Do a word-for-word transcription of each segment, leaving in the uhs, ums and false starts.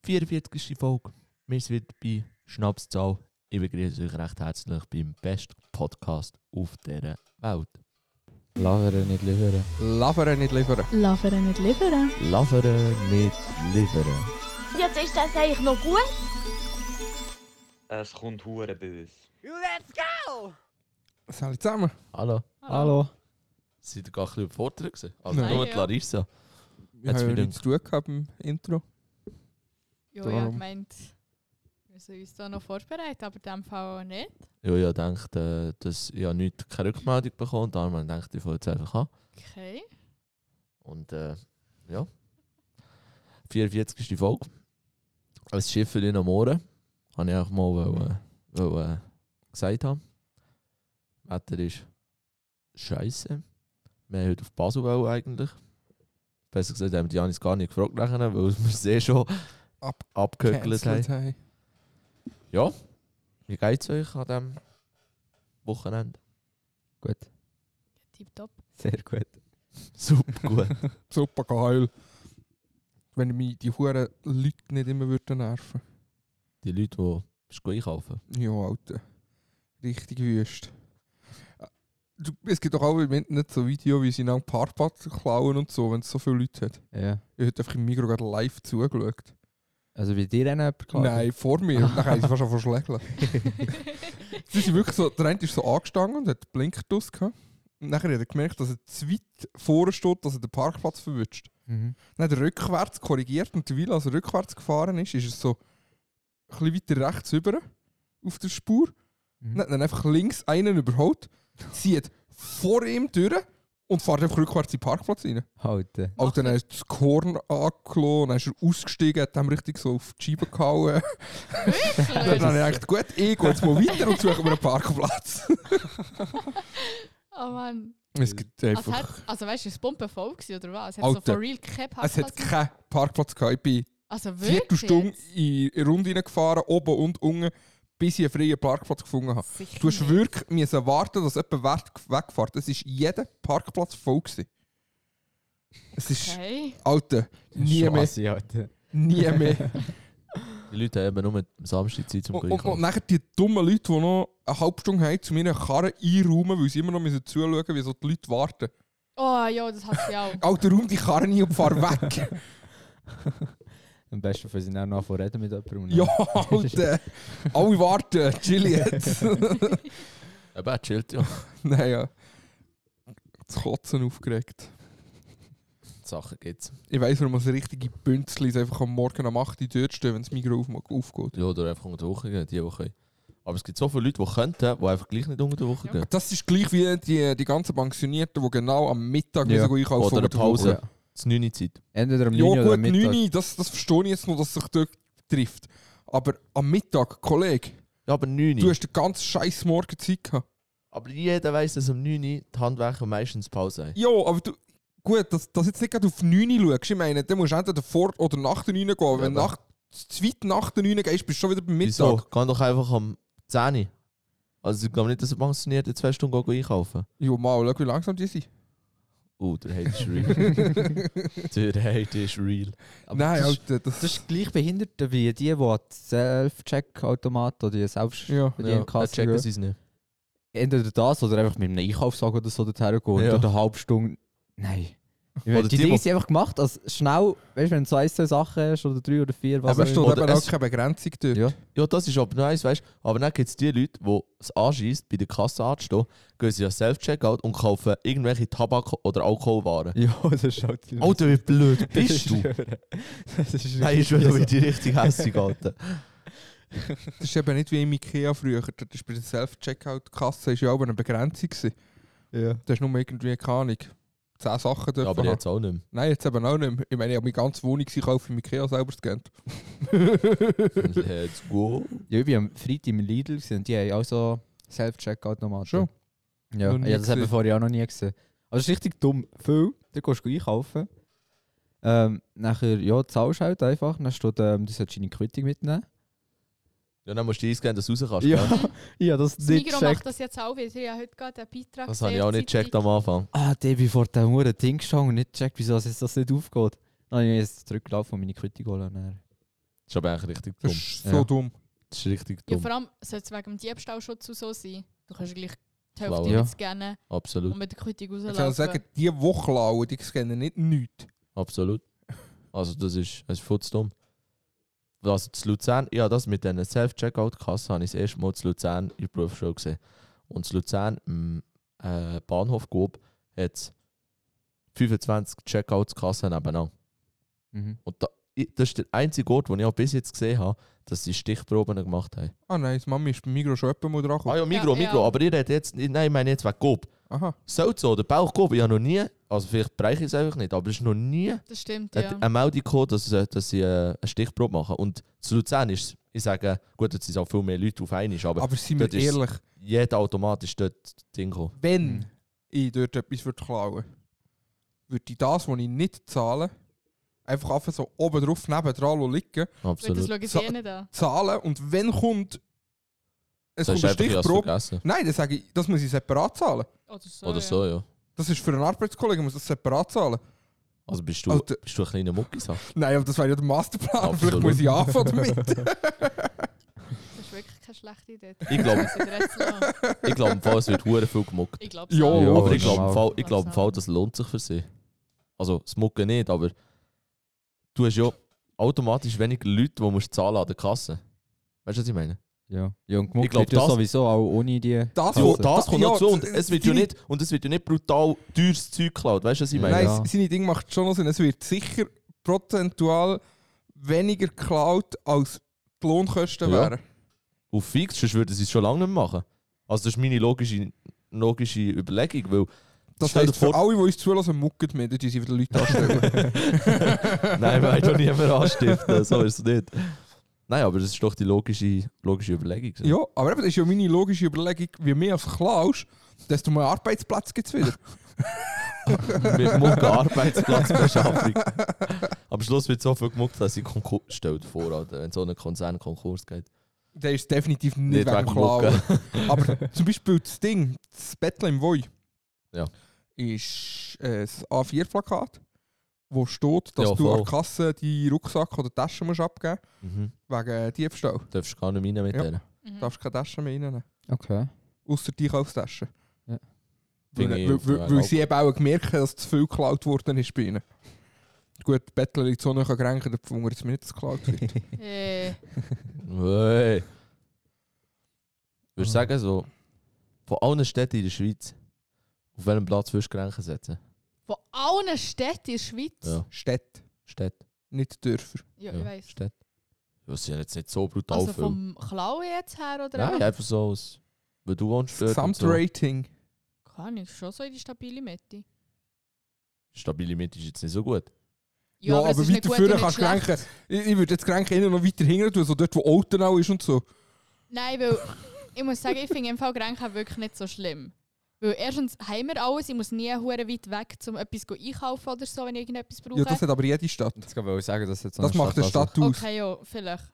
vierundvierzigste Folge. Wir sind wieder bei Schnapszahl. Ich begrüße euch recht herzlich beim besten Podcast auf dieser Welt. Laveren nicht liefern. Laveren nicht liefern. Laveren nicht liefern. Laveren nicht liefern. Jetzt ist das eigentlich noch gut? Es kommt hure böse. Let's go! Salut zusammen. Hallo. Hallo. Seid ihr gar ein bisschen überfordert gewesen? Also Nein. nur die Ja. Larissa. Wir haben ja nichts zu tun gehabt im Intro. Jo, Darum. ja, gemeint, wir müssen uns da noch vorbereiten, aber in diesem Fall auch nicht. Ja, ja, denkt, äh, dass ich ja nicht keine Rückmeldung bekommen. Darum habe ich gedacht, ich fange jetzt einfach an. Okay. Und äh, ja. vierundvierzigste Folge. Ein Schiff in am Morgen. Habe ich auch mal wollen, wollen, äh, gesagt haben. Wetter ist scheiße. Wir haben heute auf Basel wollen eigentlich. Besser gesagt haben wir die Janis gar nicht gefragt, nachher, weil wir es eh schon Ab- abgehökelt haben. Cancelled haben. Ja, wie geht es euch an diesem Wochenende? Gut. Tipptopp. Sehr gut. Super gut. Super geil. Wenn mich die huren Leute nicht immer würden nerven. Die Leute, die bist du einkaufen. Ja, Alter. Richtig wüst. Äh, Du, es gibt doch auch im Internet so Videos, wie sie nach Parkplatz klauen und so, wenn es so viele Leute hat. Ja. Ich habe einfach im Migros gerade live zugeschaut. Also wie dir dann jemand geklaut hat? Nein, vor mir. Und dann haben sie fast schon verschlägeln. Sie sind wirklich so, der eine ist so angestanden und hat Blinker draus gehabt. Und dann hat er gemerkt, dass er zu weit vorne steht, dass er den Parkplatz verwünscht. Mhm. Dann hat er rückwärts korrigiert und weil er rückwärts gefahren ist, ist es so ein bisschen weiter rechts rüber auf der Spur. Mhm. Dann hat er einfach links einen überholt, zieht vor ihm durch und fährt einfach rückwärts in den Parkplatz rein. Halten. Also dann hat er das Korn angelassen, dann ist er ausgestiegen, hat ihm richtig so auf die Scheibe gehauen. Dann habe ich gedacht, gut, ich gehe jetzt mal weiter und suche mir einen Parkplatz. Oh Mann. Es gibt Also, einfach... hat, also weißt du, es war Bombenvoll gewesen, oder was? Es hat Alter, so for real keinen Es Parkplatz. hat keinen Parkplatz gehabt. Ich bin Also eine wirklich? Viertelstunde in eine Runde reingefahren, oben und unten, bis ich einen freien Parkplatz gefunden habe. Sicher Du hast nicht. wirklich müssen warten, dass jemand weg- wegfährt. Es war jeder Parkplatz voll gewesen. Es ist... Okay. Alter, nie mehr. Assi, Alter. Nie mehr. Die Leute haben eben nur am Samstag Zeit zum Und, und, und Einkaufen. nachher die dummen Leute, die noch eine halbe Stunde haben, zu meiner Karre einräumen, weil sie immer noch müssen zuschauen müssen, wie so die Leute warten. Oh ja, das hat sie auch. Alter, räum die Karre nie und fahr weg. Am besten für sie auch noch von reden mit jemandem. Ja, Alter. Alle warten. Chill jetzt. Eben, er chillt ja. Naja. Das Kotzen aufgeregt. Sachen gibt's. Ich weiss, warum so richtige Bünzlis einfach am Morgen um acht Uhr dort stehen, wenn das Migros auf, aufgeht. Ja, oder einfach unter der Woche gehen, die Woche. Aber es gibt so viele Leute, die könnten, die einfach gleich nicht unter der Woche Ja. gehen. Das ist gleich wie die, die ganzen Pensionierten, die genau am Mittag Ja. müssen einkaufen Oder eine unter der Woche. Pause. Ja. Das neun Uhr Zeit. Entweder am Ja, neun oder am gut, Mittag. neun Uhr, das, das verstehe ich jetzt noch, dass es sich dort trifft. Aber am Mittag, Kollege, Ja, aber neun du Uhr. hast den ganzen scheiß Morgen Zeit gehabt. Aber jeder weiss, dass um neun Uhr die Handwerker meistens Pause haben. Ja, aber du, gut, dass dass jetzt nicht gerade auf neun Uhr schaust. Ich meine, dann musst du entweder vor oder nach der neun Uhr gehen. Ja, Wenn du aber- nach, zu weit nach der neun Uhr gehst, bist du schon wieder beim Wieso? Mittag. Geh doch einfach um zehn Uhr. Also ich glaube nicht, dass ein Pensionierter zwei Stunden gehen einkaufen. Ja, mal, schau, wie langsam die sind. Oh, der Hate ist real. Der Hate ist real. Aber Nein, das, ist, Alter, das, das ist gleich behindert wie die, die an die Self-Check-Automat oder die selbst Ja. bei Ja, ja, dann Kasse checken gehen. sie es nicht. Entweder das oder einfach mit einem Einkaufswagen oder so dorthin gehen und Ja. dort eine halbe Stunde... Nein. Ich meine, Oder die die, Dinge wo- sind einfach gemacht, als schnell, weißt du, wenn du so ein, zwei Sachen hast oder drei oder vier, was aber es auch steht immer. Oder eben auch es- keine Begrenzung dort. Ja. Ja, das ist aber nice, weißt du. Aber dann gibt es die Leute, die es anschießt, bei der Kasse anzustehen, gehen sie an Self-Checkout und kaufen irgendwelche Tabak- oder Alkoholwaren. Ja, das ist halt... Alter, wie blöd bist du? Das ist Nein, ich will die richtig hässig, Alter. Das ist eben nicht wie im Ikea früher. Das ist bei der Self-Checkout-Kasse ist ja auch eine Begrenzung gewesen. Ja. Da hast du nur irgendwie, keine Ahnung, zehn Sachen dürfen Aber haben. jetzt auch nicht mehr. Nein, jetzt eben auch nicht mehr. Ich meine, ich habe meine ganze Wohnung gekauft im Ikea selber gescannt. Let's go. Ja, ich war am Freitag im Lidl gewesen und die haben auch so Self-Check-Automaten. Schon? Ja, Noch nie ja das habe ich gesehen. vorher auch noch nie gesehen. Also das ist richtig dumm. Viel, da gehst du einkaufen. Ähm, nachher, ja, zahlst halt einfach. Dann steht, ähm, du sollst deine Quittung mitnehmen. Ja, dann musst du einscannen, dass du raus kannst. Ja, gell? ja, das Das nicht Migros gecheckt. macht das jetzt auch wieder. Ich habe heute gerade einen Beitrag Das habe ich gesehen, auch nicht Zeitung. gecheckt am Anfang. Ah, der bin vor dem Huren Ding gestanden und nicht gecheckt, wieso es jetzt das nicht aufgeht. Dann habe ich jetzt zurückgelaufen und meine Quittung holen. Dann Das ist aber eigentlich richtig Das dumm. ist so Ja. dumm. Das ist richtig Ja, dumm. vor allem sollte es wegen dem Diebstahlschutz und so sein. Du kannst gleich die Klar, Hälfte ja. nicht scannen Absolut. und mit der Quittung Ich rauslaufen. soll sagen, die Woche lauen, die scannen nicht nichts. Absolut. Also das ist, das ist voll zu dumm. Also zu Luzern, ja, das mit diesen Self-Checkout-Kassen habe ich das erste Mal zu Luzern in der Berufsschule gesehen. Und zu Luzern im äh, Bahnhof Coop hat es fünfundzwanzig Checkouts-Kassen nebeneinander. Mhm. Und da, ich, das ist der einzige Ort, wo ich auch bis jetzt gesehen habe, dass sie Stichproben gemacht haben. Ah nein, die Mami ist beim Migros schon jemand mal dran Ah gekommen. ja, Migro, Ja, Migro, ja. aber ich rede jetzt, nein, ich meine jetzt wegen Coop. Aha. Sollte so, der Bauch Coop, ich habe noch nie, also vielleicht bereiche ich es einfach nicht, aber es ist noch nie Das stimmt, hat ja. eine Meldung gekommen, dass, sie- dass sie äh, eine Stichprobe machen. Und zu Luzern ist es, ich sage, gut, jetzt sind auch viel mehr Leute auf einmal, aber, Aber seien wir dort ist- ehrlich, jeder automatisch dort Ding kommen. wenn Mhm. ich dort etwas würde klauen würde ich das, was ich nicht zahle, einfach einfach so oben drauf nebendran liegen, Weil das Absolut. schauen sie So- eh nicht an. zahlen und wenn kommt, es Das kommt ist eine einfach was Stichprobe, vergessen. nein, dann sage ich, das muss ich separat zahlen. Oder so. Oder ja. so, ja. Das ist für einen Arbeitskollegen, muss das separat zahlen. Also bist du, Also der- bist du ein kleiner Muckisack? Nein, aber das wäre ja der Masterplan, Absolut. vielleicht muss ich anfangen damit. Das ist wirklich keine schlechte Idee. Ich glaube, Das ist jetzt lassen. ich glaube, im Fall, es wird hure viel gemuckt. Ich glaube Ja, auch. Ja, aber ich normal. glaube, im Fall, ich Glaub's glaube, im Fall, auch. das lohnt sich für sie. Also, das Mucken nicht, aber du hast ja automatisch weniger Leute, die musst zahlen an der Kasse. Weißt du, was ich meine? Ja. Ja, und Ich gemuckt glaub, wird ja das- sowieso auch ohne die... Das, Ja, wo- das kommt ja, noch zu. Und das- es wird ja seine- nicht, und es wird ja nicht brutal teures Zeug geklaut. Weißt du, was ich meine? Nein, Ja. seine Dinge macht schon noch Sinn. Es wird sicher prozentual weniger geklaut, als die Lohnkosten Ja. wären. Auf fix, sonst würden sie es schon lange nicht machen. Also das ist meine logische, logische Überlegung, weil Das stell dir heisst, für vor- alle, die uns zulassen, mucken mit, die sie wieder Leute anstellen. Nein, wir wollen doch niemand anstiften, so ist es nicht. Nein, aber das ist doch die logische, logische Überlegung. so. Ja, aber eben, das ist ja meine logische Überlegung, wie mehr als klaust, desto mehr Arbeitsplätze gibt es wieder. Mit Mucke Arbeitsplatzbeschaffung. Am Schluss wird so viel gemuckt, dass sie Konkurs stellt vor, Alter, wenn so ein Konzern Konkurs geht. Der ist definitiv nicht, Nicht wegen wegen Klauen. Aber zum Beispiel das Ding, das Bettle im Voi, Ja. ist äh, ein A vier Plakat, wo steht, dass Ja, du an voll. der Kasse die Rucksack oder Tasche musst abgeben Mhm. musst, wegen Diebstahl. Du darfst gar nicht rein mit Ja. denen. Mhm. Du darfst keine Tasche mehr reinnehmen. Okay. Ausser die Einkaufstasche. Ja. Weil, Finde ich weil, auf der weil, Weg weil auch sie eben auch gemerkt haben, dass zu viel geklaut worden ist bei ihnen. Gut, die Bettler liegt so nicht gekränkt, da wundert es mich nicht, dass es geklaut wird. Äh, Hey. Würdest du sagen, so, von allen Städten in der Schweiz, auf welchem Platz würdest du Grenzen setzen? von allen Städten in der Schweiz. Ja, Städte, Städte. nicht Dörfer. Ja, Ja, ich weiss. Städte. Das sind jetzt nicht so brutal Also viel. vom Klauen jetzt her oder Nein, einfach? einfach so aus. Weil du wohnst Das dort und so. Gesamtrating. Kann ich schon so in die stabile Mitte. Stabile Mitte ist jetzt nicht so gut. Ja, es aber ist nicht weiter gut vorne und kannst du nicht schlecht. kränken. Ich, ich würde jetzt kränken innen noch weiter hinten tun, so dort wo Autonau ist und so. Nein, weil ich muss sagen, ich finde im Fall Grenken wirklich nicht so schlimm. Weil erstens haben wir alles, ich muss nie hure weit weg, um etwas einkaufen oder so, wenn ich irgendetwas brauche. Ja, das hat aber jede Stadt. Jetzt kann ich sagen, dass jetzt so Das eine macht eine Stadt Stadt aus. Okay, ja, vielleicht.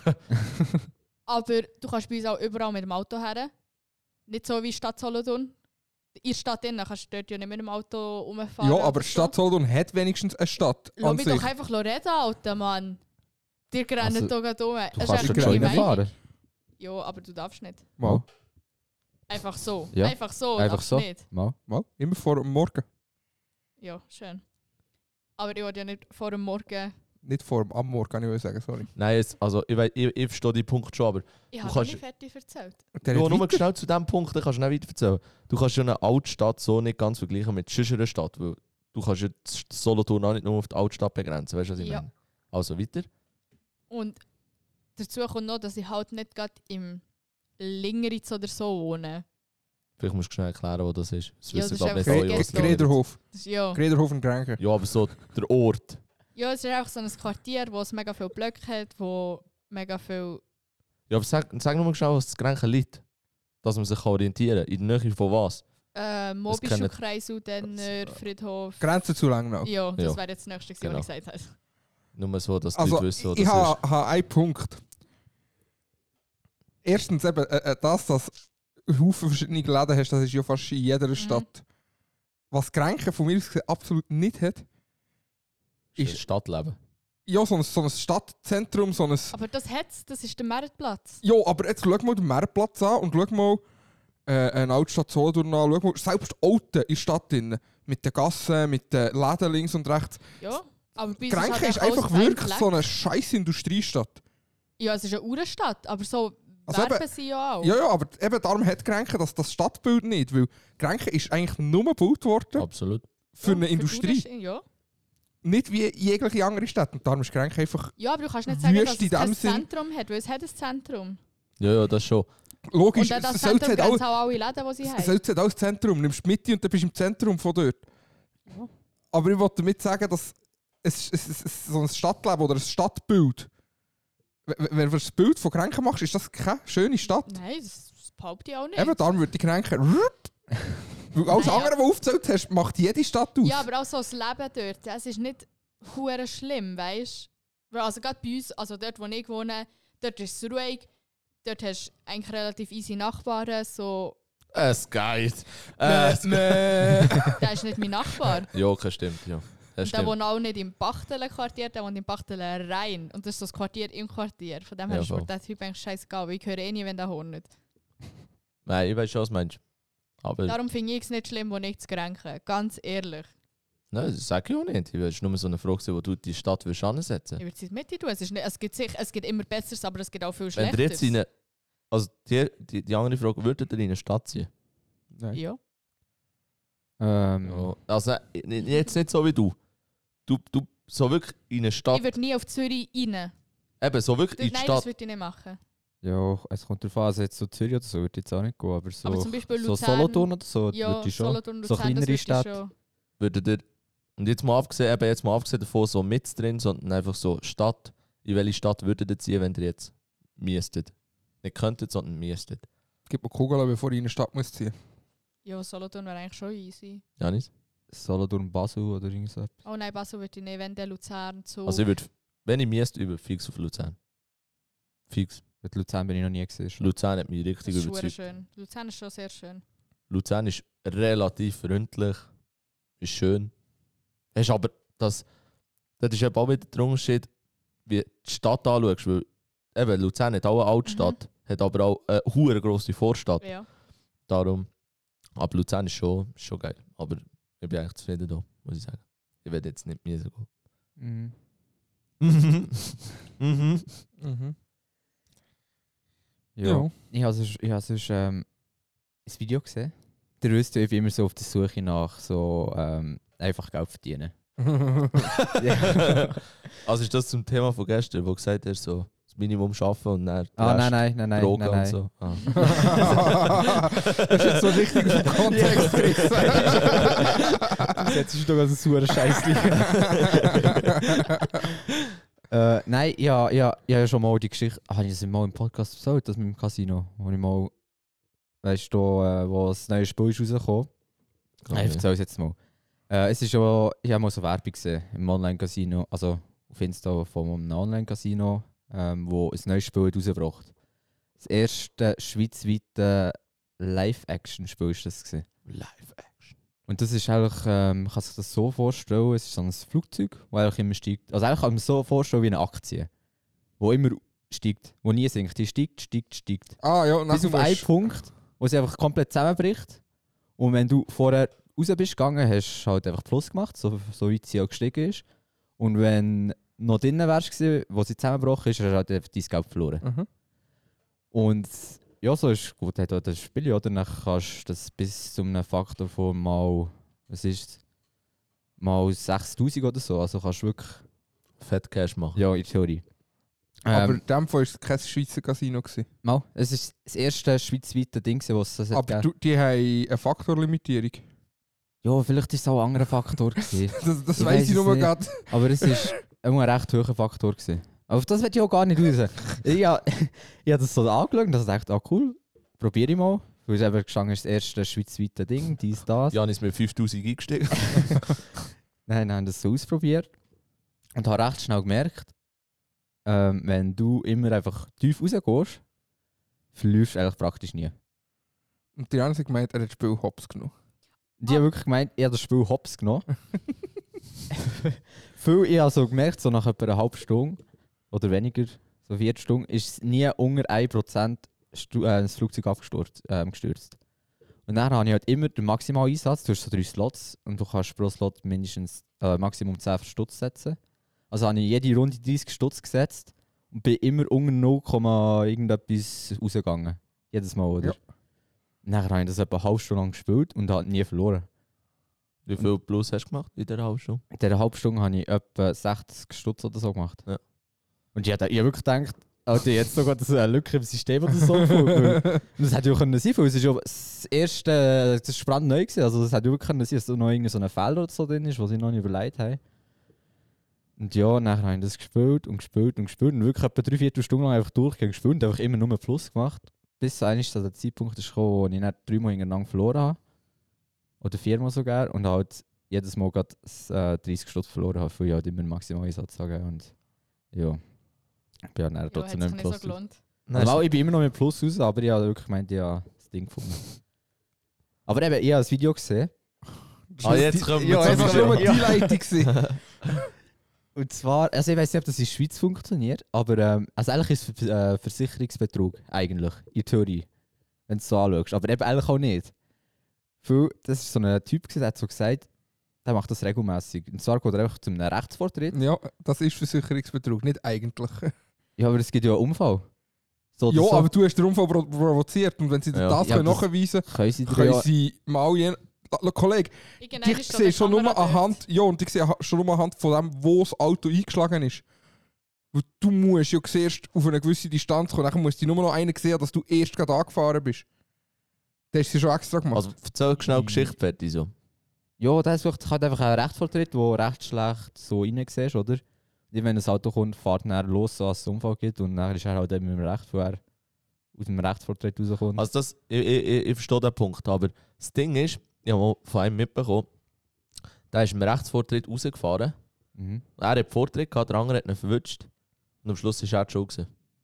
Aber du kannst bei uns auch überall mit dem Auto her. Nicht so wie Stadt Solothurn. In der Stadt innen kannst du dort ja nicht mit dem Auto rumfahren. Ja, aber oder die Stadt Solothurn hat wenigstens eine Stadt Lass an mich sich. doch einfach reden, Alter Mann. Dir rennen Also, doch gerade um. Du Das ist kannst einfach dort schon meine Meinung. reinfahren. Ja, aber du darfst nicht. Mal, Einfach so. Ja. Einfach so. Einfach darfst so. Nicht. Mal. mal. Immer vor dem Morgen. Ja, schön. Aber ich wollte ja nicht vor dem Morgen. Nicht vor dem am Morgen, kann ich wohl sagen, sorry. Nein, jetzt, also ich, wei- ich, ich verstehe die Punkt schon, aber Ich Du habe noch kannst- nicht fertig erzählt. Der ja, hat nur weiter- schnell zu diesem Punkt, dann kannst du nicht weiter erzählen. Du kannst ja eine Altstadt so nicht ganz vergleichen mit sonst einer Stadt, weil du kannst ja das Solothurn auch nicht nur auf die Altstadt begrenzen, weißt du, was ich Ja. meine? Also weiter. Und dazu kommt noch, dass ich halt nicht gerade im Lingeritz oder so wohne. Vielleicht musst du schnell erklären, wo das ist. Das Ja, wissen, das glaub ist ich, nicht einfach alle, Gre was so. das ist. Grederhof. Das ist, ja. Grederhof und Grenken. Ja, aber so der Ort. ja, es ist einfach so ein Quartier, wo es mega viele Blöcke hat, wo mega viel... Ja, aber sag, sag nur mal schnell, was das Grenchen liegt. Dass man sich orientieren kann. In der Nähe von was? Äh, kennen- Mobischer Kreisel, Denner, Friedhof. Grenzen zu lang noch. Ja, das Ja. wäre jetzt das nächste, gewesen, Genau. was ich gesagt habe. Nur so, dass die Also, Leute wissen, wo ich das ist. habe ha einen Punkt. Erstens eben, äh, äh, das, dass du Haufen verschiedene Läden hast, das ist ja fast in jeder Stadt. Was Grenken von mir aus gesehen absolut nicht hat, Ist ist, Stadtleben. Ja, so ein, so ein Stadtzentrum, so ein... Aber das hat's, das ist der Marktplatz. Ja, aber jetzt schau mal den Marktplatz an und schau mal äh, eine Altstadt Solothurn an. Schau mal, selbst Alten in der Stadt drin, mit den Gassen, mit den Läden links und rechts. Ja, aber bei uns Grenken halt ist alles einfach auf einem wirklich Fleck. so eine scheiß Industriestadt. Ja, es ist eine Uhrenstadt, aber so Also werben eben- sie ja auch. Ja, ja, aber eben darum hat Grenken das, das Stadtbild nicht, weil Grenken ist eigentlich nur gebaut worden Absolut. für Ja, eine die Industrie. Uhrenstadt, Ja. Nicht wie jegliche andere Stadt. Und darum ist Grenken einfach ja, aber du kannst nicht sagen, dass Wüste es in kein dem Sinn. Zentrum hat, weil es hat ein Zentrum. Ja, ja, das schon. logisch. Und dann das es sollte Zentrum halt grenzt auch, auch alle Läden, die sie es haben. sollte halt auch das Zentrum. Du nimmst die Mitte und dann bist du im Zentrum von dort. Ja. Aber ich wollte damit sagen, dass es, es, es, es so ein Stadtleben oder ein Stadtbild, w- w- wenn du das Bild von Grenken machst, ist das keine schöne Stadt. Nein, das, das behaupte ich auch nicht. Eben darum würde ich Grenken... Weil alles Nein, andere, was du aufgezählt hast, macht jede Stadt aus. Ja, aber auch so das Leben dort, es ist nicht hure schlimm, weißt du? Also gerade bei uns, also dort wo ich wohne, dort ist es ruhig, dort hast du eigentlich relativ easy Nachbarn, so, Es geht. Äh, Es nee. der ist nicht mein Nachbar. Ja, das stimmt, ja. Das Und der stimmt. wohnt auch nicht im Bachtelen-Quartier, der wohnt im Bachtelen-Rhein. Und das ist so das Quartier im Quartier. Von dem her Ja, ist mir voll. der Typ eigentlich scheißegal, weil ich höre eh nie, wenn der hornt. Nein, ich weiß schon, was du meinst. Aber Darum finde ich es nicht schlimm, wo nicht zu kränken. Ganz ehrlich. nein, das sage ich auch nicht. Es war nur so eine Frage, wo du die Stadt willst ansetzen Ich würde es in die Mitte tun. Es, ist nicht, es, gibt sicher, es gibt immer Besseres, aber es gibt auch viel Wenn Schlechteres. ihr jetzt in eine, also die, die, die andere Frage, würdet ihr in eine Stadt ziehen? Nein. Ja. Ähm, Ja. Also äh, n- jetzt nicht so wie du. Du, du so wirklich in eine Stadt, Ich würde nie auf Zürich rein. eben so wirklich Das, in die nein, das Stadt. würde ich nicht machen. ja, es kommt darauf an, also jetzt so Zürich oder so würde ich jetzt auch nicht gehen, aber so, Aber zum Beispiel so Luzern- Solothurn oder so Ja, würde ich schon. Solothurn, so Luzern, das kleinere würde ich Städte. schon. Würdet ihr, und jetzt mal abgesehen, eben jetzt mal abgesehen davon so mit drin, sondern einfach so Stadt. In welche Stadt würdet ihr ziehen, wenn ihr jetzt müsstet? Nicht könntet, sondern müsstet. Gib mir Kugeln, bevor ich in eine Stadt muss ziehen. Ja, Solothurn wäre eigentlich schon easy. Janis? Solothurn, Basel oder irgend so. Oh nein, Basel würde ich nicht, wenn der Luzern so. Also ich würde, wenn ich müsste, über fix auf Luzern. Fix. Mit Luzern bin ich noch nie gesehen. schon. Luzern hat mich das richtig ist verdammt überzeugt. schön. Luzern ist schon sehr schön. Luzern ist relativ freundlich, ist schön. Hast aber das, das ist eben auch wieder der Unterschied, wie die Stadt anschaust. Weil eben, Luzern hat auch eine Altstadt, hat aber auch eine hure grosse Vorstadt. Ja. Darum, aber Luzern ist schon, ist schon geil. Aber ich bin eigentlich zufrieden da, muss ich sagen. Ich werde jetzt nicht mehr so gehen. Mhm. Mhm. Mhm. Mhm. Ja. Ja. Ich habe sonst, ich habe sonst ähm, ein Video gesehen. Ihr wisst ja, ich bin immer so auf der Suche nach so ähm, einfach Geld verdienen. Ja. Also ist das zum Thema von gestern, wo du gesagt hast, so das Minimum schaffen und dann Ah, den nein, Rest nein, nein, nein, Drogen nein, nein. und so. Ah. Das ist jetzt so richtig aus dem Kontext gerissen. Jetzt ist doch ein sauer Scheißli. äh, nein, ja, ja, ich habe ja schon mal die Geschichte, habe ich das mal im Podcast erzählt, das mit dem Casino, wo ich mal, weißt du, äh, wo das neue Spiel ist rausgekommen. Ja, Ich erzähle es jetzt mal. Äh, es ist schon, ich habe mal so Werbung gesehen im Online-Casino, also auf Insta von einem Online-Casino, ähm, wo ein neues Spiel hat rausgebracht hat. Das erste schweizweite Live-Action-Spiel ist das gewesen. Live Action. Und das ist eigentlich, ähm, man kann sich das so vorstellen, es ist so ein Flugzeug, das eigentlich immer steigt. Also eigentlich kann man es so vorstellen wie eine Aktie, wo immer steigt, wo nie sinkt. Die steigt, steigt, steigt. Ah ja, und Bis dann auf einen musst- Punkt, wo sie einfach komplett zusammenbricht. Und wenn du vorher raus bist gegangen, hast du halt einfach Plus gemacht, so, so weit sie auch gestiegen ist. Und wenn du noch drinnen wärst, gewesen, wo sie zusammengebrochen ist, hast du halt einfach dein Geld verloren. Mhm. Und ja, so ist gut, hat auch das Spiel, oder? Dann kannst du das bis zu einem Faktor von mal, was ist es? Mal sechstausend oder so. Also kannst du wirklich, Fett Cash machen. ja, in Theorie. Aber Ähm, in dem Fall war es kein Schweizer Casino. Gewesen. mal, es ist das erste schweizweite Ding, was es hat Aber gegeben. du, die haben eine Faktorlimitierung. Ja, vielleicht ist es auch ein anderer Faktor gewesen. Das, das Ich weiss weiss ich es nur nicht. gerade. Aber es ist immer ein recht hoher Faktor gewesen. Aber auf das will ich auch gar nicht raus. Ich habe ich hab das so angeschaut und dachte, ah cool, probiere ich mal. Weil es eben gestanden ist, das erste schweizweite Ding, dies, das. Jan ist mit fünftausend eingestiegen. Nein, nein, das so ausprobiert. Und habe recht schnell gemerkt, ähm, wenn du immer einfach tief rausgehst, verlierst du eigentlich praktisch nie. Und die anderen haben gemeint, er hat das Spiel hops genommen. Die haben wirklich gemeint, ich habe das Spiel hops genommen. viel, ich habe so gemerkt, so nach etwa einer halben Stunde oder weniger, so vierzig Stunden, ist es nie unter ein Prozent Stu- äh, das Flugzeug abgestürzt. Ähm, gestürzt. Und dann habe ich halt immer den maximalen Einsatz. Du hast so drei Slots und du kannst pro Slot mindestens äh, Maximum zehn Stutz setzen. Also habe ich jede Runde dreißig Stutz gesetzt und bin immer unter null, irgendetwas rausgegangen. Jedes Mal, oder? Ja. Und dann habe ich das etwa eine halbe Stunde lang gespielt und halt nie verloren. Wie viel Plus hast du gemacht in dieser halben Stunde? In dieser halben Stunde habe ich etwa sechzig Stutz oder so gemacht. Ja. Und ich habe wirklich gedacht, Alter, jetzt sogar das eine Lücke im System oder so gefunden. Und das hätte ja auch können sein, weil es ist ja das erste, das ist brandneu gewesen. Also das hätte ja wirklich können sein, dass da noch irgendein so ein Fehler oder so drin ist, was ich noch nicht überlegt habe. Und ja, nachher habe ich das gespielt und gespielt und gespielt und wirklich etwa drei, vier Stunden lang einfach durchgegangen gespielt und einfach immer nur Plus gemacht. Bis eigentlich der Zeitpunkt ist gekommen, wo ich dann dreimal hintereinander verloren habe. Oder viermal sogar. Und halt jedes Mal gerade äh, dreißig Stutz verloren habe, weil ich halt immer einen Maximalinsatz habe. Und ja, ich bin ja dann Ja, trotzdem hat nicht sich im nicht Plus. so gelohnt. Normal, ich bin immer noch mit Plus raus, aber ich habe wirklich gemeint, ja, das Ding gefunden. Aber eben, ich habe das Video gesehen. Ah, jetzt kommen wir Ja, zum jetzt war nur die Video. Einleitung gewesen. Und zwar, also ich weiß nicht, ob das in der Schweiz funktioniert, aber ähm, also eigentlich ist es äh, Versicherungsbetrug, eigentlich, in Theorie, wenn du es so anschaust. Aber eben eigentlich auch nicht. Weil, das ist so ein Typ, gewesen, der hat so gesagt, der macht das regelmäßig. Und zwar geht er einfach zu einem Rechtsvortritt. Ja, das ist Versicherungsbetrug, nicht eigentlich. Ja, aber es gibt ja einen Unfall. So oder Ja, so. aber du hast den Unfall pro provoziert und wenn sie dir Ja. das Ja, können das- nachweisen können sie dir können, ja... sie mal jeden... La- Kollege, Irgendwann die ist so sehen eine schon nur Kamera dort. anhand, ja, und die sehen ha- schon nur anhand von dem, wo das Auto eingeschlagen ist. Weil du musst ja zuerst auf eine gewisse Distanz kommen, dann musst du nur noch einen sehen, dass du erst gerade angefahren bist. Das hast du schon extra gemacht. Also erzähl schnell die Geschichte fertig so. Ja, das ist wirklich halt einfach ein Rechtsvortritt, wo recht schlecht so reinsiehst, oder? Und wenn ein Auto kommt, fährt er los, so als es einen Unfall gibt und dann ist er halt eben mit dem Recht, wo er aus dem Rechtsvortritt rauskommt. Also das, ich, ich, ich, ich verstehe den Punkt, aber das Ding ist, ich habe mal von einem mitbekommen, der ist im Rechtsvortritt rausgefahren, mhm. er hat Vortritt gehabt, der andere hat ihn verwünscht und am Schluss war er die Schuld gewesen.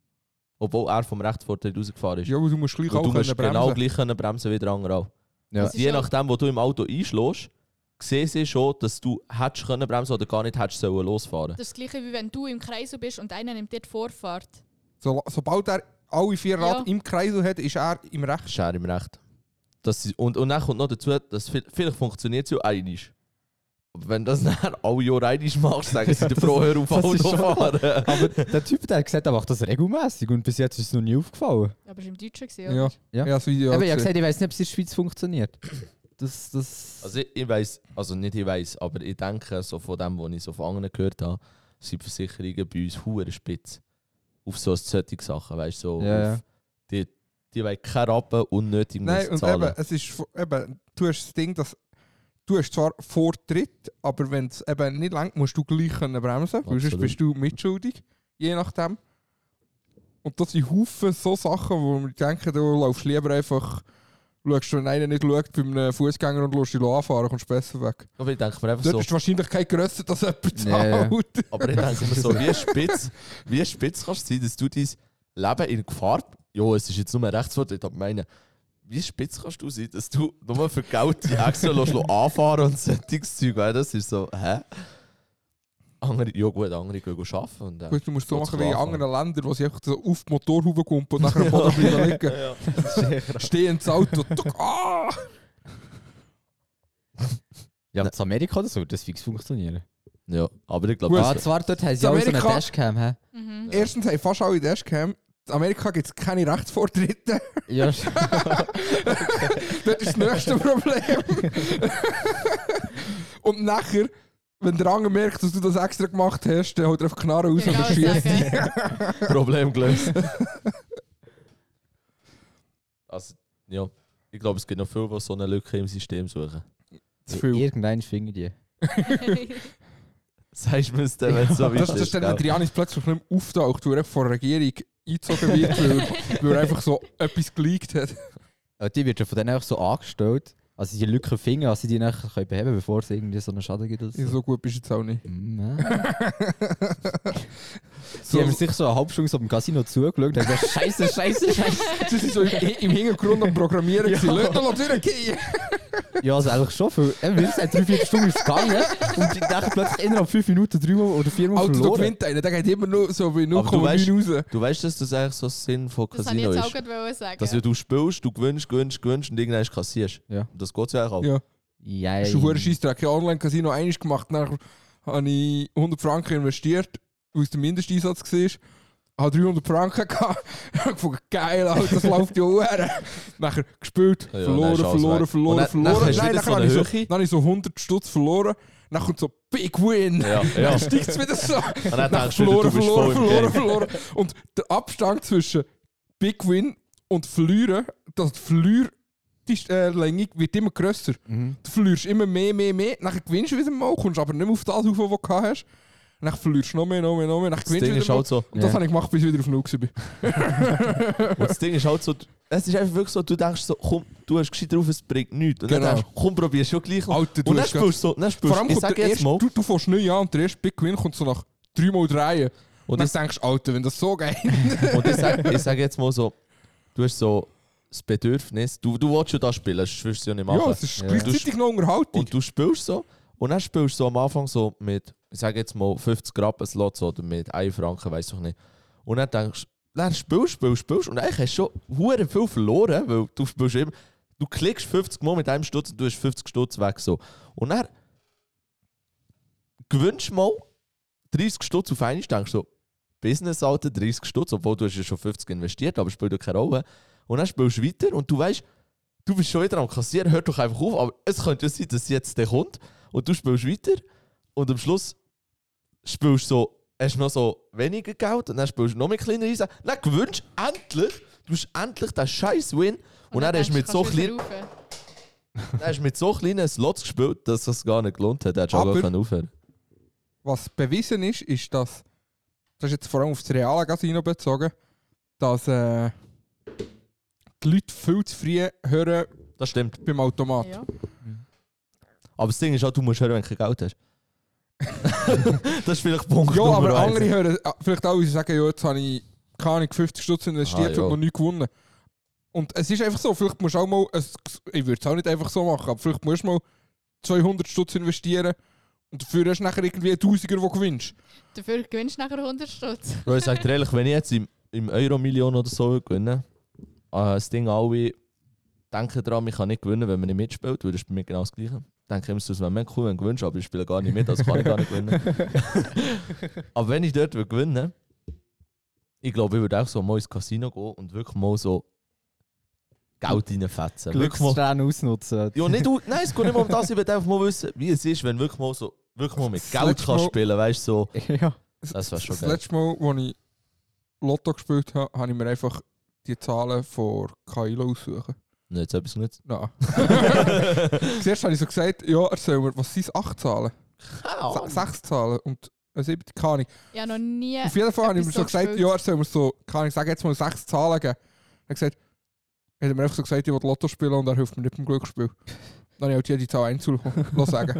Obwohl er vom Rechtsvortritt rausgefahren ist. ja, weil du musst gleich Und auch du musst können bremsen. genau gleich können bremsen wie der andere auch. Ja. Das ist Je ja- nachdem, wo du im Auto einschlägst, sehen sie schon, dass du hättest können bremsen oder gar nicht hättest sollen losfahren. Das ist das gleiche, wie wenn du im Kreis bist und einer nimmt dir die Vorfahrt. So, sobald er alle vier Ja. Rad im Kreis hat, ist er im Recht. Ist er im Recht. Das ist, und, und dann kommt noch dazu, dass viel, vielleicht funktioniert es ja einmal. Aber wenn du das dann alle Jahre einmal machst, sagen sie dir pro Hör auf Das ist schon- Autofahren. Aber der Typ, der hat gesagt, er macht das regelmäßig und bis jetzt ist es noch nie aufgefallen. Aber es war im Deutschen, gewesen, Ja, oder? Ja. ja. das Video Aber ich habe gesehen. gesagt, ich weiß nicht, ob es in der Schweiz funktioniert. Das, das... Also ich, ich weiss, also nicht ich weiss, aber ich denke, so von dem, was ich so von anderen gehört habe, sind die Versicherungen bei uns hure spitz. Auf so solche Sachen, weißt du, so Ja, ja. auf, die, die wollen keine Rappen unnötig Nein, und zahlen. eben, es ist vo- eben, du hast das Ding, dass du hast zwar Vortritt, aber wenn es eben nicht langt, musst du gleich können bremsen, weil sonst Absolut. bist du mitschuldig, je nachdem. Und das sind Haufen so Sachen, wo wir denken, du laufst lieber einfach, schaust, wenn einer nicht schaut bei einem Fußgänger und lässt dich anfahren, kommst du besser weg. Aber ich denke mir einfach Dort so, ist die Wahrscheinlichkeit grösser, dass jemand Ja, ja. zahlt. aber ich denke mir so, wie spitz, wie spitz kannst du sein, dass du dein Leben in Gefahr, ja, es ist jetzt nur ein Rechtsvortritt, aber ich meine, wie spitz kannst du sein, dass du nur für Geld die extra lässt anfahren und solches Zeug, weil das ist so, hä? Andere, ja gut, andere gehen arbeiten und äh, Gut, du musst so geht's machen wie in anfahren. anderen Ländern, wo sie einfach so auf die Motorhaube kommen und nachher am Boden bleiben liegen. Stehendes Auto. Tuck, ah! Ja, in Amerika oder so würde das fix funktionieren. Ja, aber ich glaube, Gut. Ah, das zwar dort haben sie In auch so eine Amerika- Dashcam, hä? Mhm. Erstens haben fast alle Dashcam. In Amerika gibt es keine Rechtsvortritte. Ja, Das ist das nächste Problem. Und nachher, wenn der andere merkt, dass du das extra gemacht hast, dann holt er einfach Knarre raus Genau und schießt dich. sagen. Problem gelöst. Also, ja, ich glaube, es gibt noch viele, die so eine Lücke im System suchen. Zu viel. irgendein finden die. Sagst du mir es dann, wenn es so weit Das, das ist dann, wenn gell? der Janis plötzlich nicht mehr auftaucht, weil er von der Regierung eingezogen wird, weil, weil er einfach so etwas geleakt hat. Äh, Die wird ja von denen einfach so angestellt, also die Lücken finden, dass sie die nachher können beheben können, bevor es irgendwie so einen Schaden gibt. Oder so. So gut bist du jetzt auch nicht. Mm, ja. So, Sie haben sich so eine halbe Stunde so im Casino zugeschaut und haben gesagt, scheiße, scheiße, scheiße. sie sind so im, im Hintergrund am Programmieren. Ja. Ja. Lass doch durchgehen! Ja, also eigentlich schon viel. Eben, wir sind drei, vier Stunden ist es gegangen und ich dachte plötzlich innerhalb fünf Minuten dreimal oder viermal Alter, da verloren. gewinnt einer, der geht immer nur so wie Aber du null Komma neun raus. Du weißt, dass das eigentlich so Sinn von Das wollte ich Casino jetzt auch ist. gerade wollen sagen. Dass du spielst, du gewinnst, gewinnst, gewinnst und irgendwann kassierst. Ja. Und das geht ja auch. Ja, Ja, das ist ein hoher Scheissdreck. Ich habe Online-Casino einmal gemacht, dann habe ich hundert Franken investiert, weil es der Mindesteinsatz war. Habe dreihundert Franken gehabt. Ich habe gefunden, geil, Alter, das läuft ja auch. Nachher gespielt, Ja, ja, verloren, dann ist alles verloren, weg. verloren, Und dann- verloren. nachher hast du Nein, wieder nachher so habe eine ich so, Höhe. dann habe ich so hundert Stutz verloren. Dann kommt so Big Win. Ja, Dann ja. steigt es wieder so. Und dann Nachher denkst du, verloren, du bist verloren, voll im verloren, Game. verloren. Und der Abstand zwischen Big Win und Verlieren, das Verlier die äh, Länge wird immer grösser. Mhm. Du verlierst immer mehr, mehr, mehr. Dann gewinnst du wieder mal, kommst aber nicht mehr auf das rauf, was du gehabt hast. Dann verlierst du noch mehr, noch mehr, noch mehr. Dann Das gewinnst du Ding wieder ist mal. halt so. Und das Ja. habe ich gemacht, bis ich wieder auf null war. Und das Ding ist halt so, es ist einfach wirklich so, du denkst so, komm, du hast gescheit drauf, es bringt nichts. Und Genau. dann denkst du, komm, probierst schon gleich noch. Alter, du Und dann hast grad- spielst du so, dann spielst Vor allem ich kommt sag der jetzt erste, mal, du, du fährst neu an und der erste Big Win kommt so nach dreimal drehen. Und und dann ich, denkst du, Alter, wenn das so geht. und ich sag, ich sag jetzt mal so, du hast so das Bedürfnis, du, du willst schon da spielen, sonst wirst du es ja nicht machen. Ja, es ist Ja. gleichzeitig noch Unterhaltung. Und du spielst so, und dann spielst du so am Anfang so mit, ich sage jetzt mal fünfzig Rappen Slots oder mit einem Franken, weiss ich nicht. Und dann denkst du, dann spielst, spielst, spielst und eigentlich hast du schon hure viel verloren, weil du spielst immer, du klickst fünfzig Mal mit einem Stutz und du hast fünfzig Stutz weg so. Und dann gewinnst du mal dreißig Stutz auf einmal, denkst du so, Business, Alter, dreißig Stutz, obwohl du hast ja schon fünfzig investiert, aber spielt doch keine Rolle. Und dann spielst du weiter und du weißt, du bist schon wieder am Kassieren, hört doch einfach auf, aber es könnte ja sein, dass jetzt der kommt und du spielst weiter und am Schluss spielst du so, hast noch so weniger Geld und dann spielst du noch mehr kleiner Eisen, dann gewinnst du endlich, du hast endlich den scheiß Win und, dann hast du mit so klein, dann hast du mit so kleinen Slots gespielt, dass es gar nicht gelohnt hat, da hättest du auch Aber- gar nicht aufhören. Was bewiesen ist, ist, dass, das ist jetzt vor allem auf das reale Casino bezogen, dass äh, die Leute viel zu früh hören Das stimmt. beim Automat. Ja. Aber das Ding ist auch, du musst hören, wenn du kein Geld hast. Das ist vielleicht Punkt Ja, Nummer aber eins. andere hören äh, vielleicht auch, sie sagen, ja, jetzt habe ich, keine Ahnung, fünfzig Stutz investiert Ah, ja. und noch nichts gewonnen. Und es ist einfach so, vielleicht musst du auch mal, es, ich würde es auch nicht einfach so machen, aber vielleicht musst du mal zweihundert Stutz investieren und dafür hast du nachher irgendwie einen Tausiger, den du gewinnst. Dafür gewinnst du nachher hundert Stutz. Bro, ich sag dir ehrlich, wenn ich jetzt im, im Euro-Million oder so gewinne, äh, das Ding alle denken daran, ich kann nicht gewinnen, wenn man nicht mitspielt, weil das ist bei mir genau das Gleiche. Ich denke immer, es wäre mega cool, wenn du gewinnst, aber ich spiele gar nicht mit, also kann ich gar nicht gewinnen. Aber wenn ich dort will gewinnen, ich glaube, ich würde auch so mal ins Casino gehen und wirklich mal so Geld reinfetzen. Wirklich mal. Glückssträhne ausnutzen. Ja, nicht, au- nein, es geht nicht mal um das, ich will einfach mal wissen, wie es ist, wenn du wirklich mal, so, wirklich mal mit Das Geld letzte kannst Mal- spielen, weißt du, so. Ja. Das wär schon Das geil. letzte Mal, als ich Lotto gespielt habe, habe ich mir einfach die Zahlen von Kailo aussuchen. Nicht jetzt etwas nicht. Nein. Zuerst habe ich so gesagt, ja, erzähl mir, was sind es? Acht Zahlen? Se- Sechs Zahlen und eine siebte, keine Ahnung. Ich habe noch nie. Auf jeden Fall habe ich mir etwas so so gesagt, gespielt. ja, erzähl mir so, keine Ahnung, sag jetzt mal sechs Zahlen geben. Er hat gesagt, er hat mir einfach so gesagt, ich will Lotto spielen und er hilft mir nicht beim Glücksspiel. Dann habe ich halt jede Zahl einzeln sagen.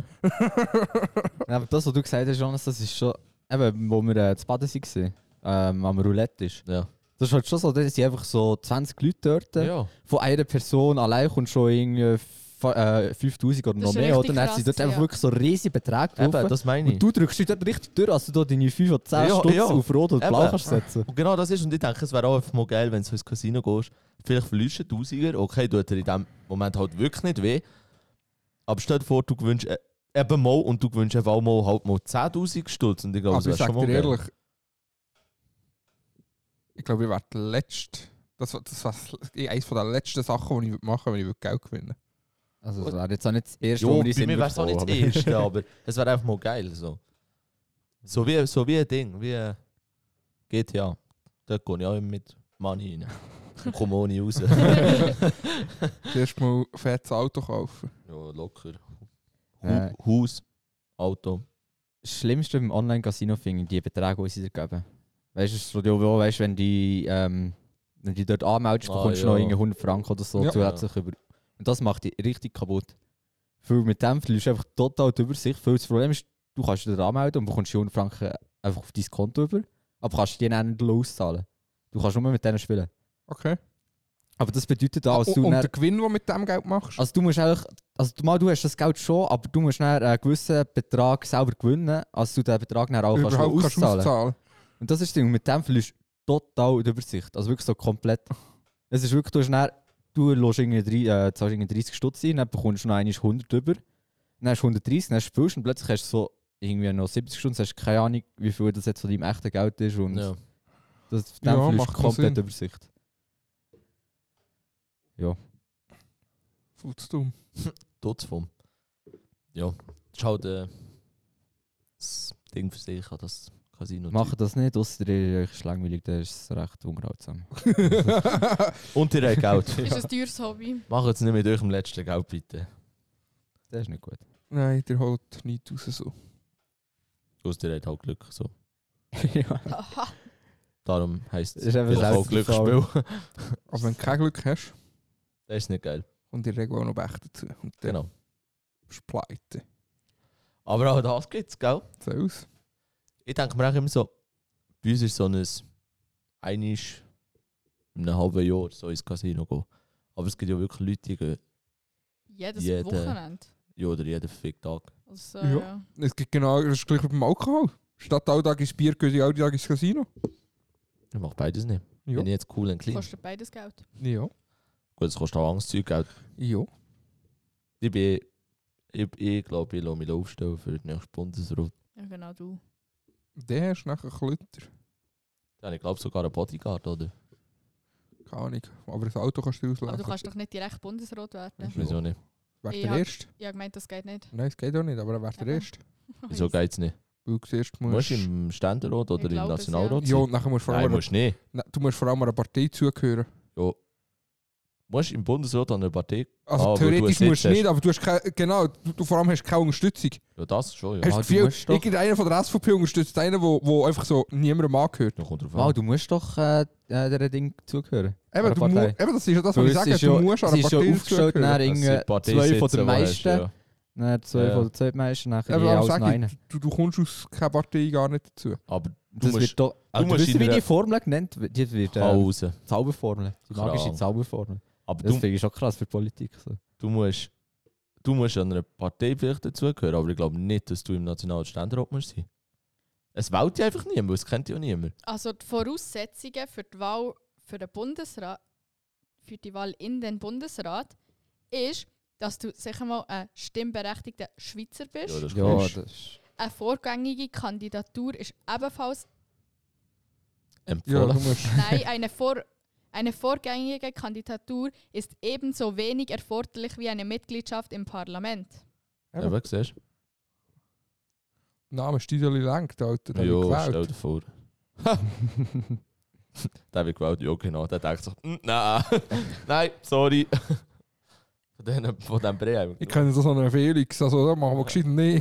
Ja, aber das, was du gesagt hast, Jonas, das ist schon, eben, wo wir äh, zu Baden waren, ähm, am Roulette ist. Ja. Das ist halt schon so, da sind einfach so zwanzig Leute dort. Ja. Von einer Person allein kommt schon irgendwie f- äh, fünftausend oder Das noch ist mehr. Oder? richtig Dann sind dort krass, einfach ja. wirklich so riesige Beträge Eben, drauf. das meine ich. Und du drückst dich dort richtig durch, als du da deine fünf oder zehn Ja, Stutz ja. auf Rot oder Blau Eben. kannst setzen. Und genau das ist, und ich denke, es wäre auch einfach mal geil, wenn du ins Casino gehst. Vielleicht verlierst du einen Tausiger, okay, tut dir in dem Moment halt wirklich nicht weh. Aber stell dir vor, du gewünscht äh, eben mal und du gewünscht einfach auch mal, halt mal zehntausend Stutz. Und ich glaube, Aber das ich wäre sage schon mal dir geil. ehrlich, ich glaube, ich wäre der Letzte. Das, war- das war eines der letzten Sachen, die ich machen würde, wenn ich Geld gewinnen würde. Also das wäre jetzt auch nicht das erste, Ja, wo bei wir in den mir Sinn wäre es auch nicht das gekommen, aber- Erste, aber es wäre einfach mal geil. So, so, wie, so wie ein Ding, wie äh, G T A. Da gehe ich auch immer mit Money rein. Und komme ohne raus. Zuerst mal ein fettes Auto kaufen. Ja, locker. Hu Ja. Haus, Auto. Das Schlimmste beim Online-Casino finde ich die Beträge, die sie dir geben. Weißt du, es ist so, ja, weißt, wenn die, ähm, wenn die dort anmeldest, Ah, bekommst du ja. noch irgendwie hundert Franken oder so Ja. zusätzlich über. Und das macht dich richtig kaputt. Weil mit dem verlierst du einfach total die Übersicht. Weil das Problem ist, du kannst dich dort anmelden und bekommst die hundert Franken einfach auf dein Konto über, aber kannst die dann nicht auszahlen. Du kannst nur mit denen spielen. Okay. Aber das bedeutet auch, Ah, dass und du und dann, der Gewinn, den du mit dem Geld machst? also du musst eigentlich, also du, mal, du hast das Geld schon, aber du musst dann einen gewissen Betrag selber gewinnen, als du den Betrag dann auch kannst überhaupt kannst du auszahlen. auszahlen. Und das ist das Ding, mit dem verlierst du total die Übersicht. Also wirklich so komplett. Es ist wirklich, du hast dann, du lässt irgendwie drei- äh, zahlst irgendwie dreißig Stutz ein, dann bekommst du noch einmal hundert über. Dann hast du hundertdreißig, dann spielst du und plötzlich hast du so irgendwie noch siebzig Stunden, hast keine Ahnung, wie viel das jetzt von deinem echten Geld ist. Und Ja. das, Ja, dann verlierst macht du noch komplett Sinn. die Übersicht. Ja. Voll zu dumm. Tut's vom. Ja. Das ist halt äh, das Ding für sich, an das Casino. Macht das nicht, ausser ihr euch ist langweilig, dann ist es recht unterhaltsam. Und ihr habt Geld. Ist ein teures Hobby. Macht es nicht mit eurem letzten Geld, bitte. Das ist nicht gut. Nein, der holt nichts raus so. Ausser ihr habt halt Glück. So. Ja. Aha. Darum heisst Das es ist eben vielleicht auch selbst Glücksspiel. Aber wenn du kein Glück hast, Das ist nicht geil. kommt in der Regel auch noch Pech dazu. Und dann Genau. bist du pleite. Aber auch das gibt's, gell? So aus. Ich denke mir auch immer so, bei uns ist so ein einisch in einem halben Jahr so ins Casino gehen. Aber es gibt ja wirklich Leute, die gehen Jedes Jede- Wochenende. ja oder jeden Fick-Tag. Also, Ja. ja. Es gibt genau, das ist gleich wie beim Alkohol. Statt alltag ins Bier, gehen die alltag ins Casino. Ich mache beides nicht. Ja. Bin ich jetzt cool und clean. Kostet beides Geld. Ja. Gut, es kostet auch Angstzeug, Geld. Ja. Ich bin, ich, ich glaube, ich lasse mich aufstellen für den nächsten Bundesrat. Ja, genau, du. Der ist nachher Klütter. Ja, ich glaube sogar ein Bodyguard, oder? Keine Ahnung. Aber das Auto kannst du Aber auslassen. du kannst doch nicht direkt Bundesrat werden. Ja. Wieso nicht? Wer Ich der hab- Erste? Ja, gemeint, das geht nicht. Nein, es geht auch nicht, aber wer der Eben. Erste? Wieso geht es nicht? Weil du zuerst Musst musst... du im Ständerat oder Ich im glaub es, Nationalrat Ja, sein? und nachher musst du vor Nein, allem... musst du nicht. Nein, du musst vor allem einer Partei zugehören. Ja. Musst du im Bundesrat an einer Partei? Also Ah, weil du theoretisch einen musst du Sitz nicht, aber du hast keine... Genau, du, du vor allem hast keine Unterstützung. Ja, das schon, Hast ja. du Ah, das du Gefühl, musst doch- irgendeiner von der S V P unterstützt einen, der wo einfach so niemandem angehört? Dann kommt drauf Wow, an. du musst doch äh, äh, dieser Ding zugehören. Eben, Einer du mu- Partei. eben, das ist ja das, was Weil ich es sage. ist Du ja- musst an es einer ist ja Partei aufgestellt, dazugehören. dann Das irgendwie sind Parteisitze, zwei von den die hast, meisten. ja. Dann zwei Ja. von den zweitmeisten, nachher Eben, je aber alles sag noch einen. ich, du, du kommst aus keiner Partei gar nicht dazu. Aber du Das musst wird doch... du Also, musst wisst ihr, in wie die einer- Formel genannt wird? Die wird äh, Hause. Zauberformel. Die magische Krank. Zauberformel. Aber Das du, finde ich schon krass für die Politik. So. du musst du musst an einer Partei vielleicht dazugehören, aber ich glaube nicht, dass du im Nationalen Ständerat musst sein. Es wählt ja einfach niemand, es kennt ja niemand. Also die Voraussetzungen für die Wahl für den Bundesrat, für die Wahl in den Bundesrat, ist, dass du sicher mal ein stimmberechtigter Schweizer bist. Ja, das ist Ja, klar. das ist... Eine vorgängige Kandidatur ist ebenfalls, Ja, Empfohlen. du musst... nein, eine, vor, eine vorgängige Kandidatur ist ebenso wenig erforderlich wie eine Mitgliedschaft im Parlament. Ja, was siehst du? Name Stideli lenkt, Alter. Der Ja, wird stell gewählt. dir vor. Der wird gewählt, ja genau. Der denkt sich, «Mm, nein, nein, sorry. Von dem, von dem Brief. Ich kenne so einen Felix, also da machen wir gescheit nicht.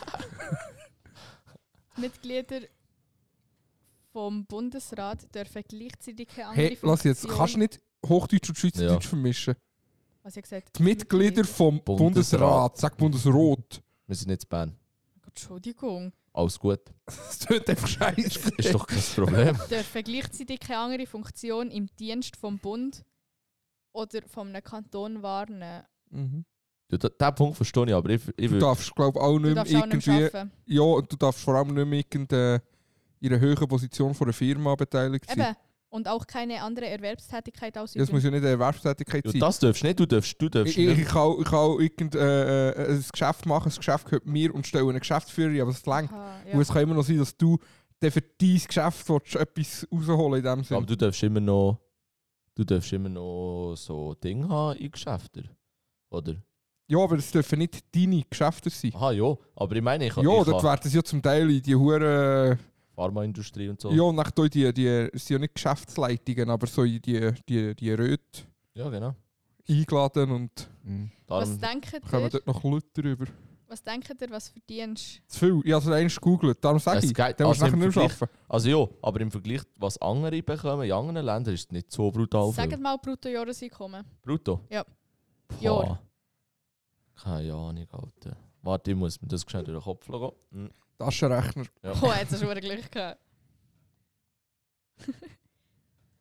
Die Mitglieder vom Bundesrat dürfen gleichzeitig keine andere Hey, lass jetzt, Funktion- kannst du nicht Hochdeutsch und Schweizerdeutsch Ja. vermischen? Was ich gesagt? Die Mitglieder vom Bundesrat. Bundesrat, sag Bundesrat. Wir sind nicht in Bern. Entschuldigung. Alles gut. Das tut einfach scheiße. Ist doch kein Problem. Dürfen gleichzeitig keine andere Funktion im Dienst vom Bund oder vom Kanton wahrnehmen. Mhm. Ja, da- Den Punkt verstehe ich, aber ich, ich Du würde. darfst, glaube ich, auch Du nicht mehr darfst auch nicht mehr irgendwie... arbeiten. Ja, und du darfst vor allem nicht mehr irgendeine, in einer höheren Position von der Firma beteiligt sein. Eben. Und auch keine andere Erwerbstätigkeit Das ausüben. muss ja nicht eine Erwerbstätigkeit Ja, sein. das darfst du nicht, du darfst, du darfst Ich, ich, ich nicht. kann, ich kann auch irgend, äh, äh, ein Geschäft machen, das Geschäft gehört mir und stelle einen Geschäftsführer ein, aber es längt. Aha, Und ja. es kann immer noch sein, dass du dann für dein Geschäft willst, etwas rausholen in dem Sinne. Aber du darfst immer noch. Du darfst immer noch so Dinge haben in Geschäften. Oder? Ja, aber es dürfen nicht deine Geschäfte sein. Aha, ja. Aber ich meine, ich kann. Ja, ich dort kann werden sie ja zum Teil in die Huren. Pharmaindustrie und so. Ja, und nach die, die, die es sind ja nicht Geschäftsleitungen, aber so in die, die, die Röte Ja, genau. eingeladen und Mhm. Darum, Was denkt kommen ihr, dort noch Leute drüber. was denkt ihr, was verdienst Zu viel. Ich habe es einst gegoogelt, darum sage Es ich. geht- Dann musst du also nachher im nicht mehr Vergleich- arbeiten. also ja, aber im Vergleich, was andere bekommen in anderen Ländern, ist es nicht so brutal viel. Sagt mal Bruttojahreseinkommen. Brutto? Ja. Boah. Jahr. Keine Ahnung, Alter. Warte, ich muss mir das schnell durch den Kopf gehen. Hm. Taschenrechner. Ja. Oh, jetzt hast du verdammt Glück gehabt.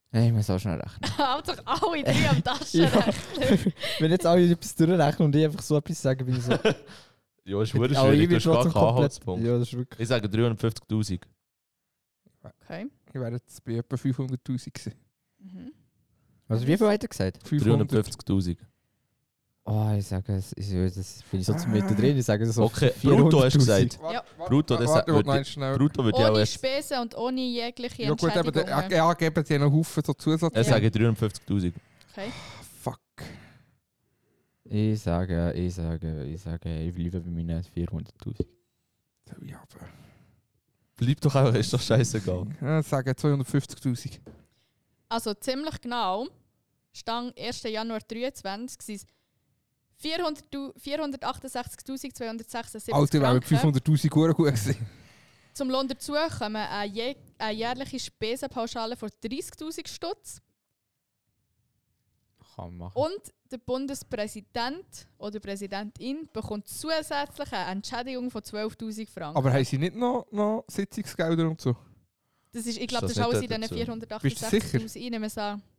Hey, ich muss auch schnell rechnen. Hauptsache alle drei am Taschenrechner. Wenn jetzt alle etwas durchrechnen und ich einfach so etwas sagen, bin ich so... Ja, ist wirklich Aber ich schwierig, bin du hast gar trotzdem keinen komplett... Anhaltspunkt. Ja, das ist wirklich... Ich sage dreihundertfünfzigtausend. Okay. Ich wäre jetzt bei etwa fünfhunderttausend gewesen. Mhm. Also wie viel hat er gesagt? fünfhundert. dreihundertfünfzigtausend. Oh, ich sage, es ist, das bin ich so zum Mitte drin, ich sage so Okay, brutto hast du vierhunderttausend. gesagt. Warte, Ja. warte, Brutto, das warte, würde warte, ich- schnell. Brutto würde ich auch Ohne jetzt... Spesen und ohne jegliche Ja gut, eben, der- Entschädigung. ja, geben die einen Haufen so Zusatz. Ich sage dreihundertfünfzigtausend. Okay. Fuck. Ich sage, ich sage, ich sage, ich bleibe bei meinen vierhunderttausend. Ja, aber... Bleib doch einfach, ist doch scheißegal. Ja, ich sage zweihundertfünfzigtausend. Also ziemlich genau, stand ersten Januar dreiundzwanzig waren es vierhundertachtundsechzigtausendzweihundertsechsundsiebzig Alter, wäre mit Franken. fünfhunderttausend Euro gut gewesen. Zum Lohn dazu kommen eine, je eine jährliche Spesenpauschale von dreissigtausend Stutz. Kann man machen. Und der Bundespräsident oder Präsidentin bekommt zusätzlich eine Entschädigung von zwölftausend Franken. Aber haben sie nicht noch, noch Sitzungsgelder und so? das ist, ich Ist glaube, das das ist alles in nicht diesen dazu? vierhundertachtundsechzigtausend. Ich nehme es an.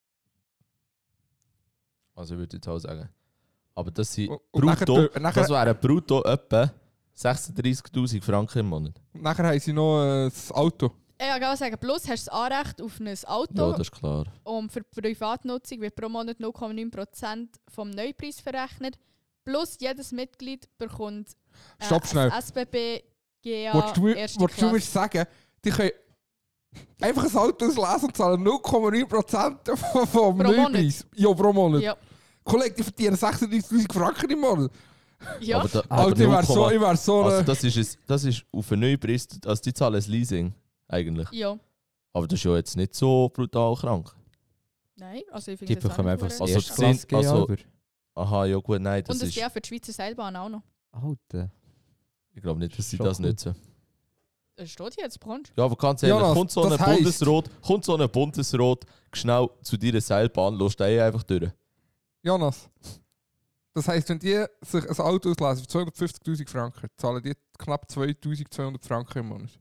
Also ich würde jetzt auch sagen. Aber das sind Und, und brutto, nachher, nachher, das wären brutto etwa sechsunddreißigtausend Franken im Monat. nachher haben sie noch äh, das Auto. Ich kann sagen, plus hast du das Anrecht auf ein Ja, Auto das ist klar. und für Privatnutzung wird pro Monat null Komma neun Prozent vom Neupreis verrechnet. Plus jedes Mitglied bekommt äh, Stopp schnell. das S B B G A Wolltest du, mir- erste wolltest du mir Klasse. sagen, die können einfach ein Auto auslesen und zahlen null Komma neun Prozent vom, vom Pro Neupreis? Ja, pro Monat. Ja. Kollege, die verdienen sechsunddreißigtausend Franken im Monat. Ja. Aber, da, Ah, aber Alter, ich wäre so, null Komma- ich wär so also eine... das ist, es- das ist auf einen Neupreis, also die zahlen ein Leasing eigentlich. ja. Aber das ist ja jetzt nicht so brutal krank. Nein, also ich finde Die das auch bekommen nicht einfach verdammt. Also das erste Klasse also- aber. Aha, ja gut, nein, das Und es ist... gibt für die Schweizer Seilbahn auch noch. Alter. Ich glaube nicht, dass sie Schon das cool. nutzen. Das steht hier jetzt, Brunch. Ja, aber ganz ehrlich, Jonas, kommt so ein das heisst- Bundesrat, kommt so ein Bundesrat schnell zu deiner Seilbahn, lässt den einfach durch. Jonas, das heisst, wenn die sich ein Auto auslesen für zweihundertfünfzigtausend Franken, zahlen die knapp zweitausendzweihundert Franken im Monat.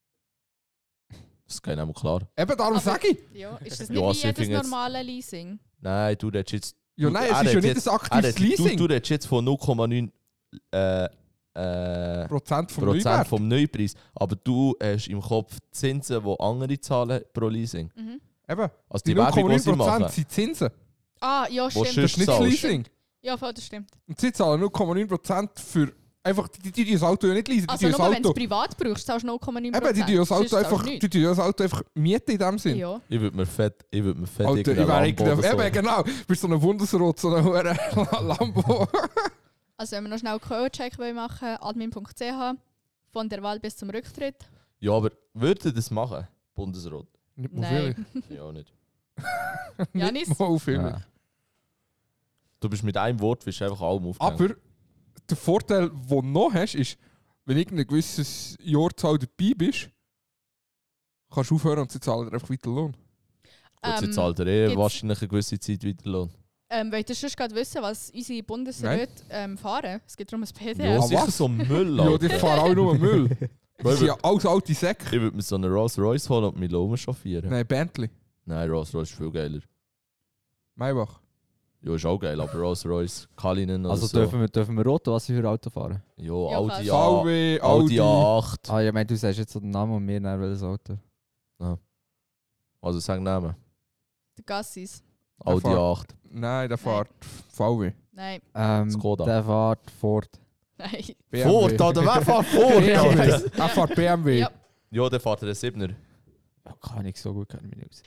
Das geht einmal klar. Eben, darum Aber- sage ich. Ja, ist das Ja, nicht also wie ich jedes finde jetzt- normale Leasing? Nein, du redest jetzt... Ja, Du- nein, er es ist ja hat nicht jetzt- ein er aktives hat- du, Leasing. du redest jetzt von null Komma neun äh, äh, Prozent vom Prozent Neuwert. vom Neupreis. Aber du hast im Kopf die Zinsen, die andere zahlen pro Leasing. Mhm. Eben, Also die die Werbung, die null Komma sie neun Prozent machen. sind Zinsen. Ah, ja, Wo stimmt. sonst- Das ist nicht das zahlst. Leasing. Ja, voll, das stimmt. Und sie zahlen null Komma neun Prozent für... Einfach, die, die, die das Auto ja nicht leasen, die Also die das nur wenn du es Auto... privat brauchst, zahlst du null Komma neun Eben, Prozent. die die das Auto Sonst zahlst einfach... du Die nichts. die das Auto einfach mieten in dem Sinn. Ja. Ich würde mir fett, ich würde mir fett Alter, ich irgendeinen wäre Lambo eigentlich... oder so. Eben, genau. Du bist so ein Bundesrat, so ein hoher Lambo. Also wenn wir noch schnell einen Code-Check machen wollen, admin punkt c h, von der Wahl bis zum Rücktritt. Ja, aber würde das machen, Bundesrat? Nicht mal Nein. Ja, nicht. Janis? Nicht mal viel. Ja. Du bist mit einem Wort bist einfach allem aufgehängt. Aber der Vorteil, den du noch hast, ist, wenn du ein gewisses Jahrzahl dabei bist, kannst du aufhören und sie zahlen dir einfach weiter Lohn. Gut, sie Ähm, zahlt er eh gibt's- wahrscheinlich eine gewisse Zeit weiter Lohn. Ähm, wollt ihr sonst gerade wissen, was unsere Bundesräte ähm, fahren? Es geht darum ein P D Ja, F. Ah, sicher was? so Müll. Ja, Alter. die fahren auch nur Müll. Die Bro, ich sind ja würd- alles alte Säcke. ich würde mir so eine Rolls Royce holen und mit Lohn chauffieren. Nein, Bentley. Nein, Rolls Royce ist viel geiler. Maybach. Ja, ist auch geil, aber Rolls Royce, Cullinan oder Also so. dürfen wir, dürfen wir Auto, was sie für Auto fahren? Ja, Ja, Audi, kannst. ja, V W, Audi Audi. A acht. Ah, ja, ich meine, du sagst jetzt so den Namen und wir nennen welches Auto. Also sag Namen. Die Gassis. Audi fährt- A acht. Nein, der fährt V W. Nein, Ähm, Skoda. Der fährt Ford. nein. B M W. Ford, Alter, wer fährt Ford? Ja, Alter? er fährt B M W. Ja. Ja, der fährt einen Siebener. Ja, kann ich so gut, kann ich mich nicht aus.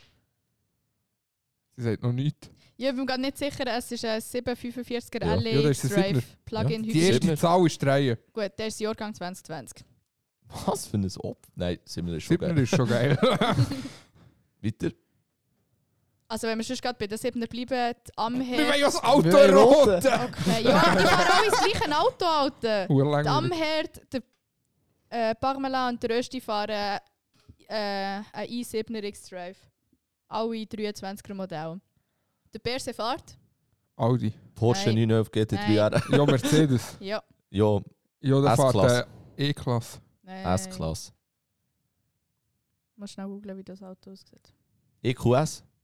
Sie sagt noch nichts. Ich bin mir gerade nicht sicher, es ist ein siebenhundertfünfundvierziger Ja. L Ja, das E ist ein Drive Siebner. Plug-in Die Hybrid. erste Siebener. Zahl ist drei. Gut, der ist Jahrgang zwanzig zwanzig. Was für ein Op? Nein, Siebener ist schon Siebner geil. ist schon geil. Weiter. Also wenn wir sonst gerade bei den Siebener bleiben, die Wir Amher... wollen ja das Auto Wir wollen rote. roten. Okay, ja, die fahren alle das gleiche Auto, Alter. Der Urlangweilig. Amherd, der äh, Parmela und der Rösti fahren äh, ein i siebener X-Drive. Alle dreiundzwanziger Modell. Der Berse fährt? Audi. Porsche Nein. neun elf G T drei R. Ja, Mercedes. Ja. Ja, Ja, der fährt S-Klasse. äh, E-Klasse. Nein. S-Klasse. Mal schnell googeln, wie das Auto aussieht. E Q S?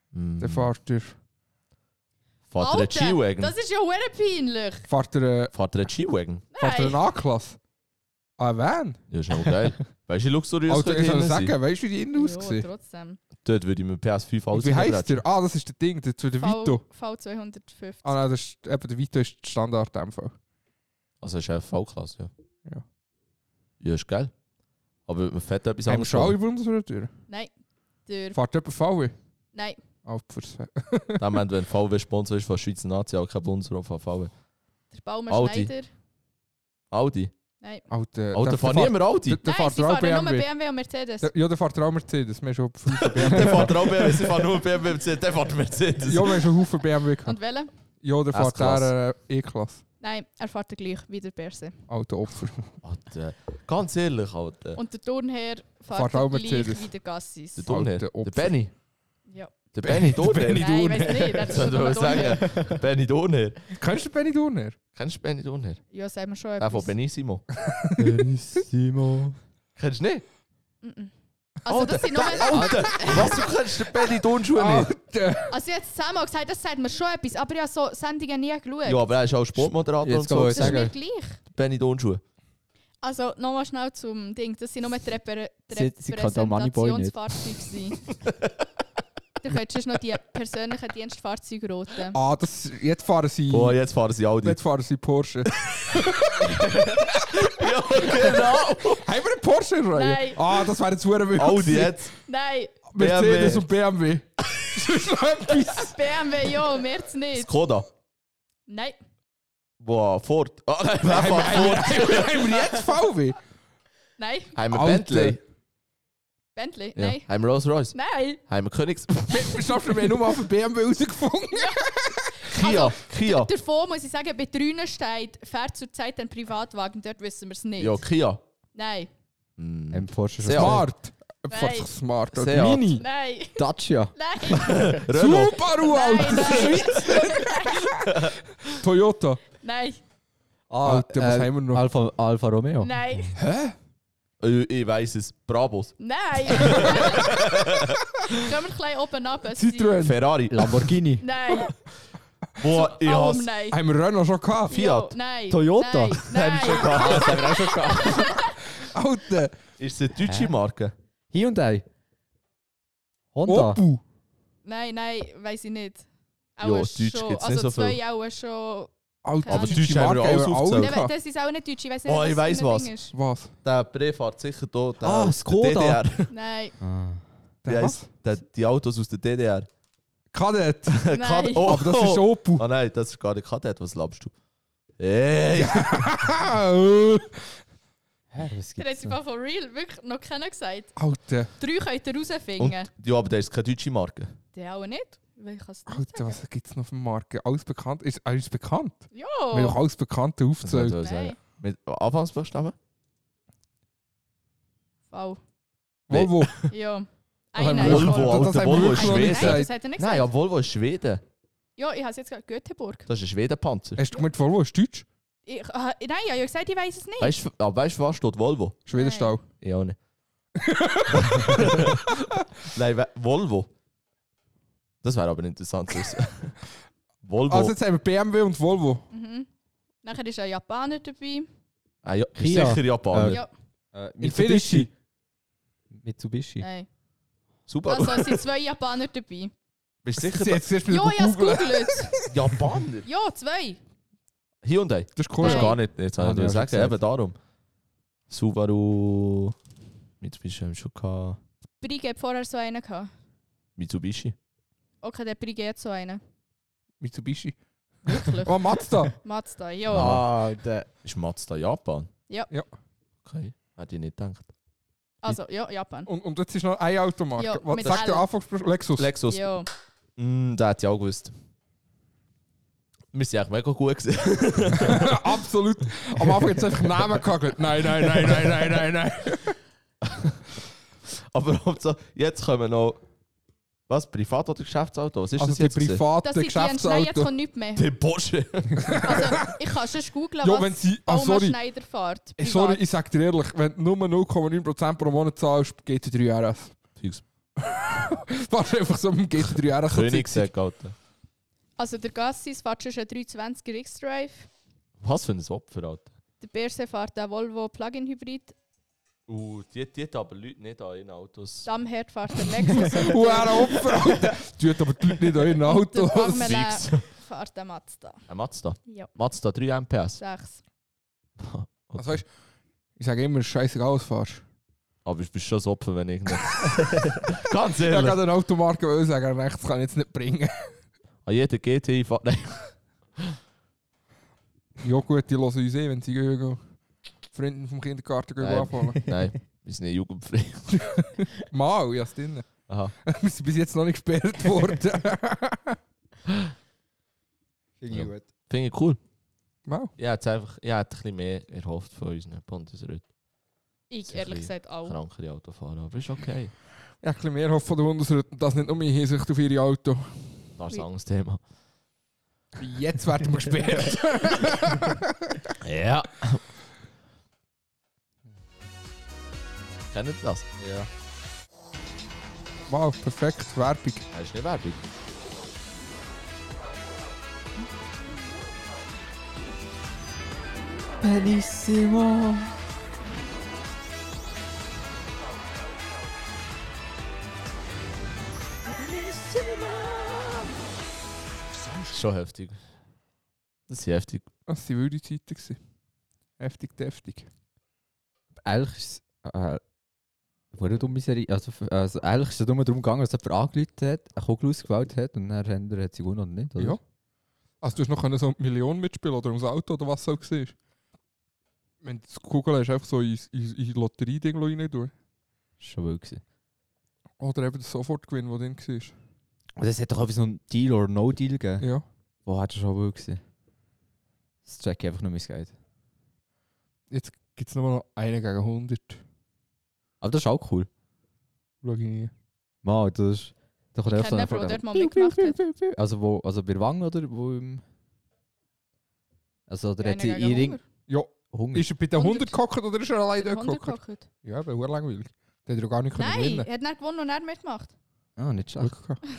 Mm. Dann fährt er... Fährt er einen Alter, G-Wagon? das ist ja hure peinlich. Fährt er, äh, Fährt er einen G-Wagon? fährt er eine Nein. A-Klasse? Ah, Van? Ja, ist noch geil. Weißt du, wie luxuriös Alter, ich soll sein? sagen, weißt du, wie die innen Ja, aussehen? trotzdem. Dort würde ich mit P S fünf Und alles wie heisst reinbrechen. der? Ah, das ist der Ding, der, der Vito. V zweihundertfünfzig. Ah nein, das ist, eben, der Vito ist der Standard in dem Fall. Also ist eine V-Klasse, ja. Ja. Ja, ist geil. Aber man fährt etwas Haben wir anderes. schon alle vor. Bundeswehr durch? Nein. Der... Fährt jemand V W? Nein. Alpers. Dann, wenn wenn V W Sponsor ist von der Schweizer Nazi, auch kein Bundesrat von V W. Der Baumer Audi. Schneider. Audi. Nein. Alter, Alter, der- fährt der niemand Audi. Der, der Nein, fährt sie auch fahren B nur M W. B M W und Mercedes. Der, ja, der fährt auch Mercedes. Wir haben schon Haufen B M W. Der fährt auch B M W, sie fahren nur B M W, der fährt Mercedes. Ja, wir haben schon Haufen B M W gehabt. Und welche? Ja, der fährt S-Klasse. der äh, E-Klasse. Nein, er fährt gleich wie der Berse. Alter Opfer. Alter, ganz ehrlich, Alter. Und der Turnherr Fährt fährt auch gleich Mercedes. wie der Gassis. Der Turnherr. Alter Der Opfer. Benny. Ja. Der Benny Turnherr. Benny Nein, ich Turnherr. weiß nicht. Das Das ist soll nur ich Turnherr. sagen. Benny Turnherr. Kennst du Benny Durner? Kennst du Benny Turnherr? Ja, sagen wir schon Der von etwas. Benissimo. Benissimo. Kennst du nicht? Mhm. Also das sind nur... Alter, was, du kennst den Benny Turnschuhe nicht? Alter! Also jetzt zusammen gesagt, das sagt mir schon etwas, aber ich habe so Sendungen nie geschaut. Ja, aber er ist auch Sportmoderator Jetzt und so. kann man das ist mir sagen. gleich. Benny Turnschuhe. Also nochmal schnell zum Ding, das sind nur die, Repre die Sie- sie kann auch Moneyboy nicht. Repräsentationsfahrzeuge sein. Du könntest noch die persönlichen Dienstfahrzeuge roten. Ah, das, jetzt fahren sie... Boah, jetzt fahren sie Audi. Jetzt fahren sie Porsche. Ja, genau. Haben wir einen Porsche in Reihe? Nein. Ah, das wäre jetzt verdammt wild. Audi jetzt. Nein, Mercedes B M W. und B M W. Das ist noch etwas. B M W ja, mehr nicht. Skoda. Nein, Boah, Ford. Ah, nein, wer Haben wir- fährt Ford? haben wir jetzt V W? nein, Haben wir Alter. Bentley? Bentley, Ja. nein, Haben wir Rolls Royce? nein. Haben wir Königs? Wir schaffen wir nur mal auf den B M W rausgefunden. Kia. Also, Kia. Davor muss ich sagen, bei Drünen steht, fährt zurzeit ein Privatwagen, dort wissen wir es nicht. Ja, Kia. Nein, Hm. Ein Porsche schon. Sehr Smart. Nein. Fährt sich smart. Oder Seat. Mini. nein, Dacia. nein, Renault. Subaru, Nein, Alter. Das ist Schweiz. Toyota. nein, Ah, Alter, was haben wir noch? Alfa, Alfa Romeo. nein, Hä? Äh, Ich weiss es. Brabus. nein. Können wir ein bisschen oben runter? Citroën. Ferrari. Lamborghini. Nein. Boah, ich Warum hasse. nein? Haben wir Renault schon gehabt? Fiat. Jo, nein. Toyota. Nein. nein. Ah, das haben wir auch schon gehabt. Alter. Ist es eine deutsche Hä? Marke? Hyundai. Honda. Opel. Nein, nein, weiß ich nicht. Ja, Auch Deutsch schon, gibt's nicht also so zwei viel. auch schon. Alter, Aber die Deutsch haben wir Marke alles haben aufgezählt. Nein, gehabt. das ist auch nicht deutsch, ich weiß nicht, Oh, ich das weiss für ein was. Ding ist. Was? Der Bre fährt sicher hier. Der Ah, aus Skoda. der D D R. Nein, Ah. Wie Der heisst der, die Autos aus der D D R? Kadett. nein. Oh, Aber das ist Opel. Ah nein, das ist gar nicht Kadett. Was glaubst du? Hey! Hä, was Der hat gibt's sich noch? von real wirklich noch keiner gesagt. Alter. Drei könnt ihr rausfinden. Und, ja, aber der ist keine deutsche Marke. Der auch nicht. Weil ich kann es nicht Alter, sagen. was gibt es noch für Marken? Alles bekannt? Ist alles bekannt? Ja. Wir haben doch alles Bekannte Das aufgezählt. soll ich Nein. sagen. Mit Anfangsbuchstaben? V. Volvo. Ja. Das haben Einer wir- ist Volvo, voll. Alter, das haben wir Volvo wirklich ist noch nicht Schweden. Nein, gesagt. das hat er nicht Nein, gesagt. aber Volvo ist Schweden. Ja, ich habe es jetzt gesagt. Göteborg. Das ist ein Schwedenpanzer. Hast du gemeint, Volvo ist Deutsch? Ich, äh, nein, ich habe ja gesagt, ich weiß es nicht. Weißt du, aber weißt du, was steht Volvo? Schwedenstall. Ich auch nicht. Nein, we- Volvo. Das wäre aber interessant zu wissen. Volvo. Also jetzt haben wir B M W und Volvo. Mhm. Nachher ist ein Japaner dabei. ah, ja, ist Kia. sicher Japaner. Äh, Ja, Äh, Infinity. Mitsubishi. nein. Super. Also es sind zwei Japaner dabei. Bist du sicher, Sie dass jetzt erst wieder Ja, ich habe es googeln. gegoogelt. Japaner? Ja, zwei. Hyundai? Das ist Das cool. ist Nein. gar nicht. Jetzt Ah, habe ich ja, nur schon sagen, gesagt. eben darum. Subaru. Mitsubishi haben wir schon gehabt. Brigge hat vorher so einen gehabt. Mitsubishi. Okay, der Brigge hat so einen. Mitsubishi. Wirklich. Oh, Mazda. Mazda, ja. Ah, der. Ist Mazda Japan? Ja. Ja. Okay, hätte ich nicht gedacht. Also, ja, Japan. Und, und jetzt ist noch eine Automarke. Ja, Was mit sagt der L. Anfangsbuchstabe? Lexus. Lexus. Ja. Mm, das hätte ich auch gewusst. Wir sind eigentlich mega gut gewesen. Absolut. Am Anfang jetzt einfach Namen gehabt. Nein, nein, nein, nein, nein, nein, nein. Aber Hauptsache, jetzt kommen noch. Was? Privat- oder Geschäftsauto? Was ist Also das die jetzt? gewesen? privaten Das sind die Nein, jetzt Geschäftsauto. kommt nichts mehr. Der Porsche. Also, ich kann schon googeln, Ja, was wenn sie... Ah, Baumann sorry. Schneider fährt. Eh, Sorry, privat. ich sag dir ehrlich, wenn du nur null Komma neun Prozent pro Monat zahlst, geht es drei R S. Fix. Fast einfach so im G T drei R. Königsegg, Alter. Also der Gassis fährt schon einen dreihundertzwanziger X-Drive. Was für ein Opfer, Alter. Der Berse fährt einen Volvo Plug-in-Hybrid. Uh, die, die hat aber Leute nicht an ihren Autos. Damherd fährt der Lexus. Oh, er Opfer, Alter. Tut aber die Leute nicht an ihren Der Autos. Parmelin Fix. fährt den Mazda. Ein Mazda. Ja, Mazda drei M P S. sechs. Also weißt, ich sage immer, es ist scheißegal, was du fährst. Aber ich bin schon das Opfer, wenn ich nicht. Ganz Ich ehrlich. wollte eine Automarke sagen, aber das kann ich jetzt nicht bringen. An jeder G T I fährt. Nein. Ja gut, die hören uns eh, wenn sie gehen. Freunde vom Kindergarten gehen Nein. anfangen. Nein, wir sind nicht jugendfrei. Mal, ja, es drin. Aha. Wir sind bis jetzt noch nicht gesperrt worden. Finde Ja. ich gut. Finde ich cool. Mal. Ich hätte einfach, ich hätte ein bisschen mehr erhofft von unseren Bundesräten. Ich Ein ehrlich bisschen gesagt auch. Krankere Autofahrer, aber ist okay. Ich habe ein bisschen mehr Hoffnung von der Bundesräte und das nicht nur in Hinsicht auf ihre Auto. Das ist ein anderes Thema. Jetzt werden wir gesperrt. Ja. Kennt ihr das? Ja. Wow, perfekt, Werbung. Das ist nicht Werbung. Benissimo. Das ist schon heftig. Das ist heftig. Das waren wilde Zeiten. gewesen. Heftig, deftig. Eigentlich ist es äh, eine dumme Serie. Also, also eigentlich ist es nur darum gegangen, dass jemand angerufen hat, eine Kugel ausgewählt hat und dann hat er sie gewonnen oder nicht. Oder? Ja. Also du hast noch können so eine Million mitspielen oder ums Auto oder was es auch war. Wenn du das Kugel hast, einfach so in, in, in Lotterie-Ding rein tun. Das war schon wild gewesen. Oder eben das Sofortgewinn, der drin war. Und es hat doch einfach so einen Deal oder No-Deal gegeben. Ja. Wo hat er schon wild gewesen. Das check ich einfach nur, wie es geht. Jetzt gibt es nur noch einen gegen hundert. Aber das ist auch cool. Schau ich nie. Mal, das ist... Da kommt Ich einfach so kenne eine jemanden, der Frage. dort mal mitgemacht hat. Also wo, also bei Wang oder wo im... Also der hat sie Einer gegen in Ring... Hunger. Ja, Hunger. ist er bei den hundert hundert gehockt oder ist er allein Der dort Hunde gehockt? gehockt. Ja, aber sehr langweilig. Der hat er gar nicht können Nein, gewinnen. er hat nicht gewonnen und er mitgemacht. Ah, nicht schlecht. Glück gehabt.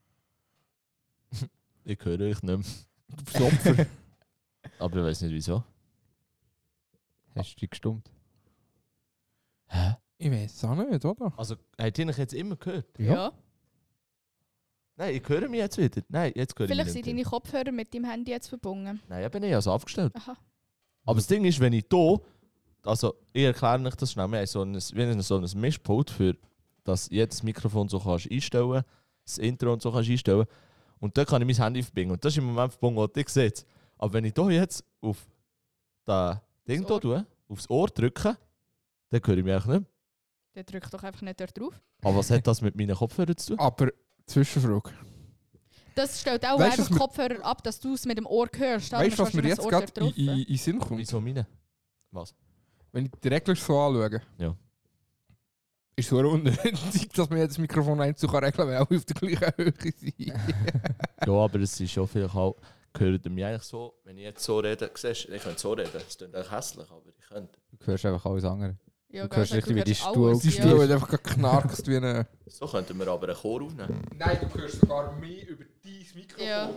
Ich höre euch nicht mehr. Du bist Opfer. Aber ich weiß nicht wieso. Hast du dich gestummt? Hä? Ich weiß es auch nicht, oder? Also, habt ihr mich jetzt immer gehört? Ja. Nein, ich höre mich jetzt wieder. Nein, jetzt höre Vielleicht ich sind mich deine nicht. Kopfhörer mit deinem Handy jetzt verbunden. Nein, ich bin nicht also abgestellt. Aha. Aber das Ding ist, wenn ich hier, also ich erkläre euch das schnell, wir haben so ein, wir haben so ein Mischpult, für dass jedes Mikrofon so kannst einstellen, das Intro und so kannst einstellen. Und da kann ich mein Handy verbinden. Und das ist im Moment verbunden, was ihr seht. Aber wenn ich hier jetzt auf das Ding Das hier Ohr. tue, aufs Ohr drücke, dann höre ich mich eigentlich nicht mehr. Der drückt doch einfach nicht dort drauf. Aber was hat das mit meinen Kopfhörern zu tun? Aber, Zwischenfrage. Das stellt auch Weißt du, einfach was wir- Kopfhörer ab, dass du es mit dem Ohr hörst. Weißt du, was mir jetzt gerade in, in, in den Sinn kommt? Wieso meine? Was? Wenn ich die Regler so anschaue, Ja. ist es so unnötig, dass man jedes Mikrofon einzeln regeln kann, weil alle auf der gleichen Höhe sind. Ja, aber es ist schon vielleicht auch, gehört mir eigentlich so, wenn ich jetzt so rede, siehst du, ich könnte so reden, es klingt eigentlich hässlich, aber ich könnte. Du hörst einfach alles andere. Ja, Du hörst richtig, wie die alles, Stuhl- Die ja. Stuhl hat einfach geknarkst wie eine... So könnten wir aber einen Chor aufnehmen. Nein, du hörst sogar mehr über dein Mikrofon. Ja.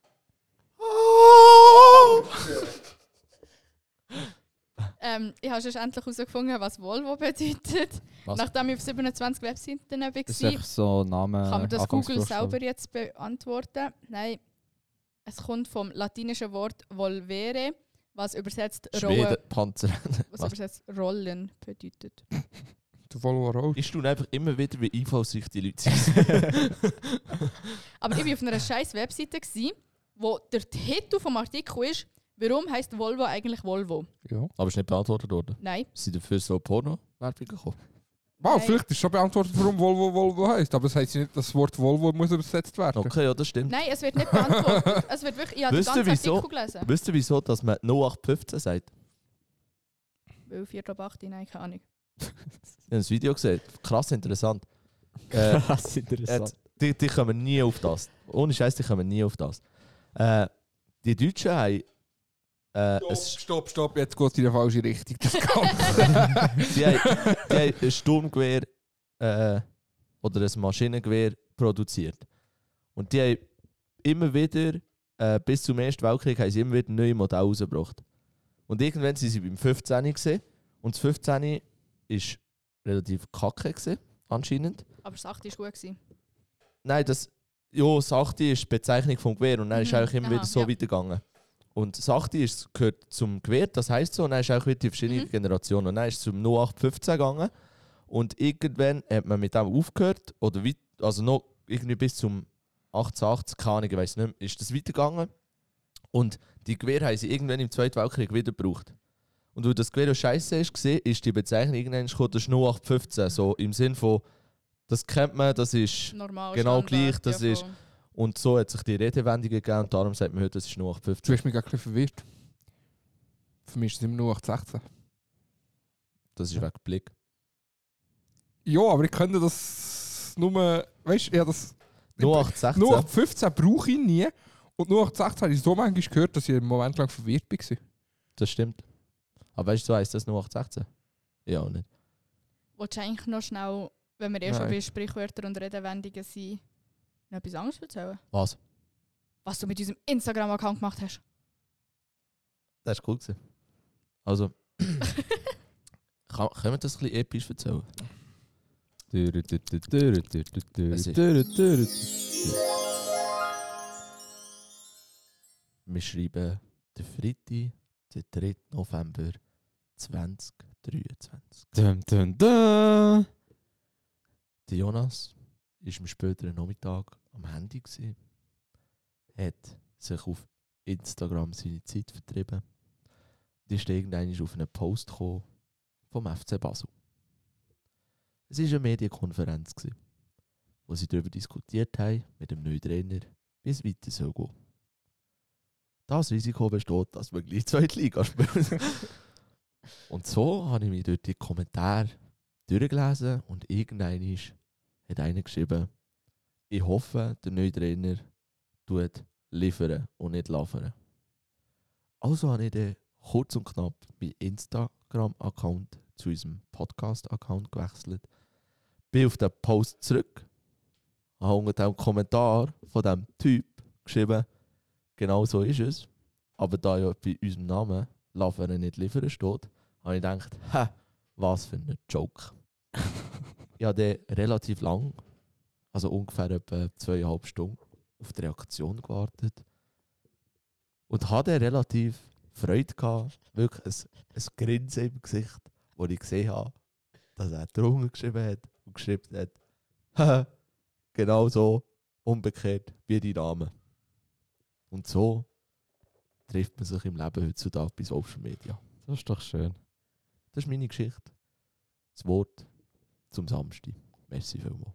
Ähm, ich habe schon endlich herausgefunden, was Volvo bedeutet. Was? Nachdem ich auf siebenundzwanzig Webseiten war, Das ist einfach so ein Name. kann man das Google Anfangsbuchstaben. selber jetzt beantworten. Nein, es kommt vom latinischen Wort volvere, was übersetzt rollen, Schwedenpanzer. was Was? übersetzt rollen bedeutet. Der Volvo Road. Ich staune einfach immer wieder, wie einfallsreich die Leute sind. Aber ich war auf einer scheiß Webseite, gewesen, wo der Titel vom Artikel ist, warum heisst Volvo eigentlich Volvo? Ja. Aber es ist nicht beantwortet worden. Nein. Sind dafür so Porno-Werbung gekommen? Wow, Nein. vielleicht ist schon beantwortet, warum Volvo Volvo heisst. Aber das heisst nicht, dass das Wort Volvo muss übersetzt werden. Okay, ja, das stimmt. Nein, es wird nicht beantwortet. Es wird wirklich, ich habe den Wisst ihr, ganzen wieso? Artikel gelesen. Wisst ihr, wieso dass man null acht fünfzehn sagt? Weil vier ab acht, nein, keine Ahnung. Ich habe ein Video gesehen. Krass interessant. Äh, Das ist interessant. Jetzt, die, die kommen nie auf das. Ohne Scheiß, die kommen nie auf das. Äh, die Deutschen haben. Äh, Stopp, ein, stopp, stopp, jetzt geht es in die falsche Richtung. Das kann die, haben, die haben ein Sturmgewehr. Äh, oder ein Maschinengewehr produziert. Und die haben immer wieder, äh, bis zum Ersten Weltkrieg, haben sie immer wieder neue Modelle rausgebracht. Und irgendwann waren sie beim fünfzehn gewesen, und das fünfzehn war relativ kacke gewesen, anscheinend. Aber das acht war gut. Gewesen. Nein, das, ja, das acht ist die Bezeichnung vom Gewehr und dann ist Mhm, eigentlich immer aha, wieder so ja. weitergegangen. Und das acht ist, gehört zum Gewehr, das heisst so, und dann ist auch wieder die verschiedenen Mhm. Generationen. Und dann ist es zum null acht fünfzehn gegangen und irgendwann hat man mit dem aufgehört, oder weit, also noch irgendwie bis zum achtzehnhundert, keine Ahnung, ich weiss nicht mehr, ist das weitergegangen. Und die Gewehre haben sie irgendwann im Zweiten Weltkrieg wieder gebraucht. Und weil das Gewehr scheiße ist, war, ist die Bezeichnung irgendwann gekommen, das ist null acht fünfzehn, so im Sinn von, das kennt man, das ist Normal, genau Standard, gleich, das ja, ist- voll. und so hat sich die Redewendung gegeben und darum sagt man heute, das ist null acht Du fünfzehn. hast mich gerade ein bisschen verwirrt. Für mich ist es immer nur acht sechzehn. Das ist wegen Blick. Ja, aber ich könnte das nur... Weißt du, ja, das... null acht sechzehn. null acht fünfzehn brauche ich nie. Und null acht sechzehn habe ich so manchmal gehört, dass ich einen Moment lang verwirrt war. Das stimmt. Aber weißt du, so heisst das null acht sechzehn? Ja, auch nicht. Willst du eigentlich noch schnell, wenn wir eh schon Nein. bei Sprichwörtern und Redewendungen sind, noch etwas anderes erzählen? Was? Was du mit unserem Instagram-Account gemacht hast? Das war cool gewesen. Also, kann, können wir das ein bisschen episch erzählen? Es ist- Wir schreiben den Freitag, den dritten November zwanzig dreiundzwanzig. Dum, dum, dum. Der Jonas war am späteren Nachmittag am Handy, gewesen, hat sich auf Instagram seine Zeit vertrieben und ist irgendwann auf einen Post gekommen vom F C Basel. Es war eine Medienkonferenz, gewesen, wo sie darüber diskutiert haben mit dem neuen Trainer, wie es weiter soll gehen. Das Risiko besteht, dass wir gleich zweite Liga spielen. Und so habe ich mich durch die Kommentare durchgelesen und irgendwann hat einer geschrieben, ich hoffe, der neue Trainer tut liefern und nicht liefern. Also habe ich dann kurz und knapp meinen Instagram-Account zu unserem Podcast-Account gewechselt, bin auf den Post zurück, habe unter dem Kommentar von diesem Typ geschrieben, genau so ist es, aber da ja bei unserem Namen liefern nicht liefern steht, habe ich gedacht, hä, was für ein Joke. Ich habe dann relativ lang, also ungefähr etwa zweieinhalb Stunden, auf die Reaktion gewartet und hatte dann relativ Freude gehabt, wirklich ein, ein Grinsen im Gesicht, wo ich gesehen habe, dass er drunter geschrieben hat und geschrieben hat, haha, genau so, umgekehrt wie die Namen. Und so trifft man sich im Leben heutzutage bei Social Media. Das ist doch schön. Das ist meine Geschichte. Das Wort zum Samstag. Merci vielmals.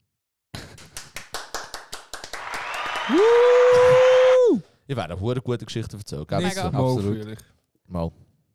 Ich werde eine hure gute Geschichte erzählen. Gell? Mega. Nächstes Mal Absolut. vielleicht. Mal.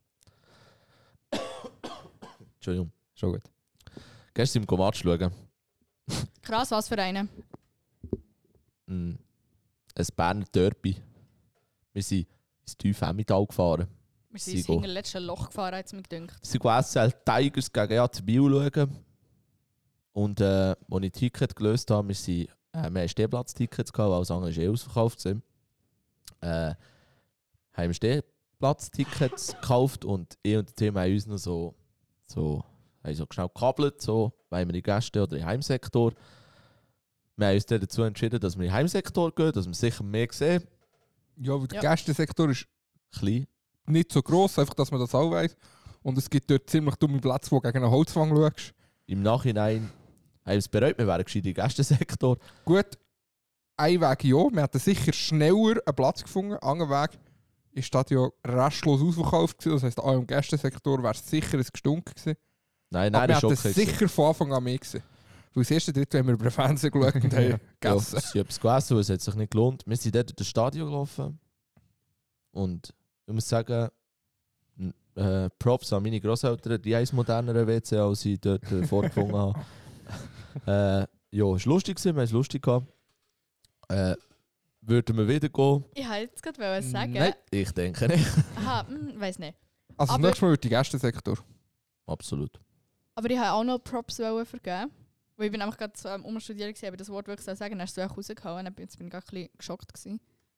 Entschuldigung. Schon gut. Gestern im Match schauen. Krass, was für eine. Mm, ein Berner Derby. Wir sind ins tiefe Emmental gefahren. Wir sind ins Sigo. hinterletzte Loch gefahren, hat es mir gedacht. Wir sind S L Tigers gegen A C Biel schauen. Und äh, als ich Ticket gelöst habe, wir, sind, äh, wir hatten Stehplatztickets, gehabt, weil alles andere war eh ausverkauft. War. Äh, haben wir Stehplatztickets gekauft und ich und der Team haben uns noch so, so, haben so schnell gekabelt, so, weil wir in Gäste- oder im Heimsektor. Wir haben uns dann dazu entschieden, dass wir in den Heimsektor gehen, dass wir sicher mehr sehen. Ja, weil der Ja. Gästesektor ist Klein. nicht so gross, einfach, dass man das auch weiss. Und es gibt dort ziemlich dumme Plätze, wo du gegen einen Holzfang schaust. Im Nachhinein haben wir es bereut, wir wären gescheit im Gästesektor. Gut, ein Weg ja, wir hätten sicher schneller einen Platz gefunden. Anderen Weg ist das Stadion restlos ausverkauft gewesen. Das heisst, auch im Gästesektor wäre es sicher ein Gestunk gewesen. Nein, nein, Aber wir das ist hätten okay. es sicher von Anfang an mehr gesehen. Weil das erste Drittel haben wir über den Fernsehen geschaut und haben Ja, gegessen. sie haben es gegessen, es hat sich nicht gelohnt. Wir sind dort durch das Stadion gelaufen. Und ich muss sagen, n- äh, Props an meine Grosseltern, die haben ein modernere W C, als ich dort äh, vorgefunden habe. äh, ja, es war lustig, gewesen, wir haben es lustig gehabt. Äh, würden wir wieder gehen? Ich wollte jetzt gerade sagen. Nein. Ich denke nicht. Aha, hm, weiß nicht. Also das Aber- nächste Mal wird der Gästesektor. Absolut. Aber ich wollte auch noch Props vergeben. Weil Weil ich bin einfach gerade so am Umstudieren gewesen, aber das Wort wirklich so sagen, dann hast du es rausgehauen. Dann bin ich gerade ein bisschen geschockt gewesen.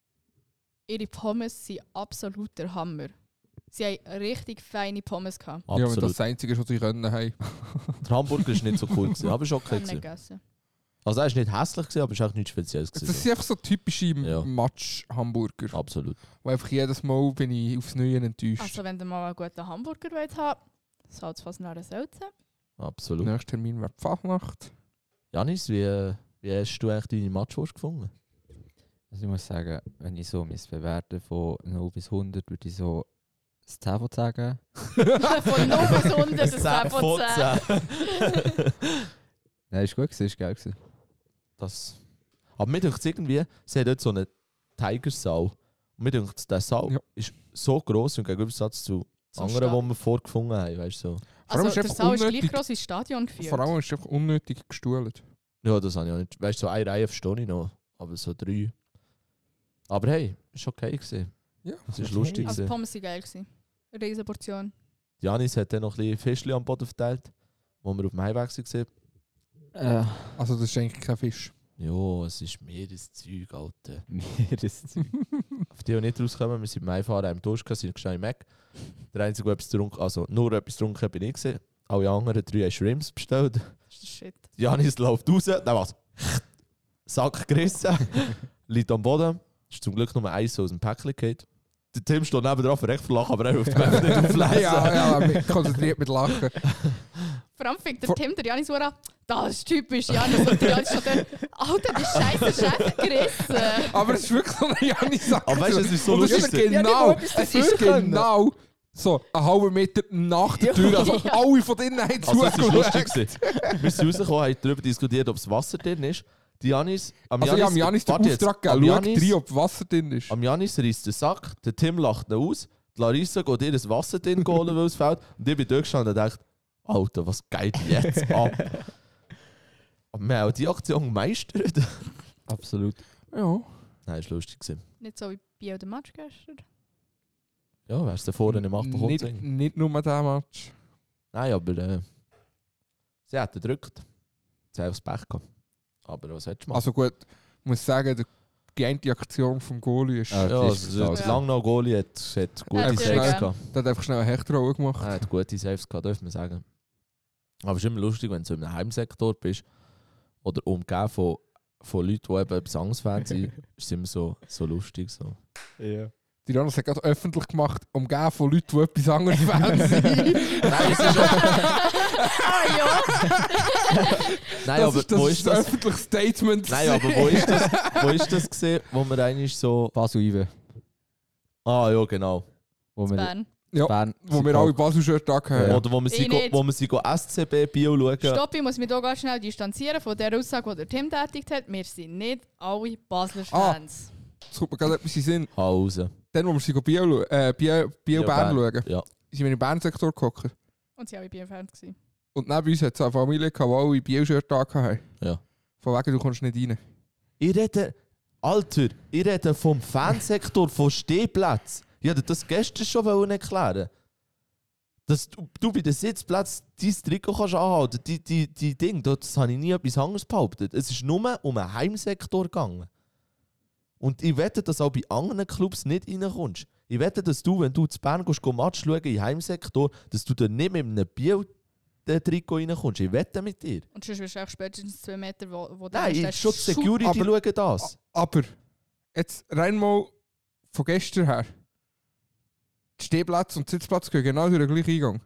Ihre Pommes sind absolut der Hammer. Sie haben richtig feine Pommes gehabt. Ja, wenn das Absolut. das Einzige ist, was sie können haben. Der Hamburger war nicht so cool, gewesen, aber schon Ich okay. habe nicht Gewesen. gegessen. Also er war nicht hässlich, gewesen, aber es war auch nichts Spezielles. Das Gewesen, sind einfach so typische Ja. Matsch-Hamburger. so. Absolut. Wo einfach jedes Mal bin ich aufs Neue enttäuscht. Also wenn ihr mal einen guten Hamburger wollt haben, soll es fast nach einer Selze. Absolut. Nächster Termin wäre Pfaffnacht. Janis, wie, äh, wie hast du eigentlich deine Matchwurst gefunden? Also ich muss sagen, wenn ich so mis bewerten von null bis hundert, würde ich so das zehn von zehn geben. Von null bis hundert, das zehn von zehn. Nein, ist gut gewesen, ist geil gewesen. Das. Aber mir denkt es irgendwie, sie hat dort so einen Tigersaal. Und mir denkt, der Saal Ja. ist so gross im Gegensatz zu So anderen, stark. die wir vorgefunden haben. Weißt du, so. Vor allem Also ist der einfach Saal ist gleich unnötig- gross wie das Stadion geführt. Vor allem ist es einfach unnötig gestuhlt. Ja, das habe ich auch nicht. Weißt du, so eine Reihe verstehe ich noch. Aber so drei. Aber hey, ist okay gewesen. Ja, Es ist lustig Also die gewesen. Pommes waren geil. Gewesen. Eine riesen Portion. Janis hat dann noch ein bisschen Fischchen am Boden verteilt, wo wir auf dem Heimweg waren. Äh, Also das ist eigentlich kein Fisch. Ja, es ist Meereszeug, Alter. Meereszeug. Auf die, die nicht rauskommen, wir sind beim Einfahren im Dusch, sind schnell im Mac. Der einzige, der etwas getrunken, also nur etwas getrunken hat, bin ich gewesen. Alle anderen drei haben Shrimps bestellt. Das ist der Shit. Janis läuft raus, dann was? Sack gerissen, liegt am Boden. Ist zum Glück nur eins aus dem Päckchen gefallen. Der Tim steht nebenan verreckt verlachen, aber er ruft mich nicht auflesen. ja, ja, mit- konzentriert mit Lachen. Vor allem fängt der Vor- Tim der Janis so an, das ist typisch Janis. Und der Janis schon dort, Alter, die Scheiße ist echt gerissen. Aber es ist wirklich so eine Janis-Sache. Aber weißt du, es ist so Und es lustig. ist Ja, genau, nicht mal etwas es ist dazwischen können. genau so einen halben Meter nach der Tür. Also Ja. alle von denen haben Also es ist lustig zugeschaut. gewesen. Wir sind rausgekommen, haben darüber diskutiert, ob das Wasser drin ist. Die Janis, am Also ich habe Janis den warte jetzt, Auftrag am gegeben, schau Janis- rein, ob Wasser drin ist. Am Janis reißt den Sack, der Tim lacht ihn aus, die Larissa geht ihr das Wasser drin holen, weil es fällt. Und ich bin dort gestanden und dachte, Alter, was geht jetzt ab? Aber wir haben auch die Aktion gemeistert. Absolut. Ja. Nein, das war lustig. gewesen. Nicht so wie bei der Match gestern. Ja, wärst du vorne im achten nicht, Hotzing? nicht nur der Match. Nein, aber äh, sie hat gedrückt. Sie hat einfach das Pech gehabt. Aber was hättest du machen? Also gut, ich muss sagen, der- die eine Aktion vom Goalie ist... Ah, ja, das ist also, das. das Langnau-Goalie hat, hat gute Ja, Saves sehr gehabt. Der hat einfach schnell eine Hechtrolle gemacht. Er hat gute Saves gehabt, darf man sagen. Aber es ist immer lustig, wenn du so in einem Heimsektor bist oder umgeben von, von Leuten, die eben Gesangsfans sind, ist es immer so, so lustig. So. Ja. Die Ranos hat gerade öffentlich gemacht, umgeben von Leuten, die etwas anderes Fans sind. Nein, es ist Ah ja! Nein, das aber ist, das wo ist ist ein das? öffentliches Statement. Nein, aber wo ist das, wo ist das gesehen, wo wir eigentlich so... Basel-Ive. Ah ja, genau. Wo wir Bern. Ja, Bern wo wir alle Basel-Shirt haben. Oder wo wir sie, Ich go, nicht. wo wir sie go S C B Bio schauen. Stopp, ich muss mich hier ganz schnell distanzieren von der Aussage, die der Tim tätigt hat. Wir sind nicht alle Basler Ah. Fans. Jetzt kommt mir gerade etwas in den Sinn. Hause. Dann, wo wir sie go Biel, schauen- äh, Biel, Biel Ja, Bern Bern. schauen, Ja. sind wir im Bern-Sektor gehockt. Und sie waren alle Bier-Fans. gewesen. Und neben uns hat es eine Familie gehabt, die alle Biel-Shirt hatten. Ja. Von wegen, du kommst nicht rein. Ich rede, Alter, ich rede vom Fansektor, von Stehplätzen. Ich hätte das gestern schon wollen erklären. Dass du, du bei den Sitzplätzen dein Trikot kannst anhalten, die, die, die Dinge, das habe ich nie etwas anderes behauptet. Es ist nur um einen Heimsektor gegangen. Und ich wette, dass auch bei anderen Clubs nicht reinkommst. Ich wette, dass du, wenn du zu Bern gehst, go Match schauen im Heimsektor, dass du dann nicht mit einem Biel-Trikot reinkommst. Ich wette mit dir. Und sonst wirst du auch spätestens zwei Meter, wo, wo Nein, der ich, schon die Security Aber- schauen das. Aber, jetzt rein mal von gestern her. Die Stehplätze und die Sitzplätze gehen genau durch den gleichen Eingang.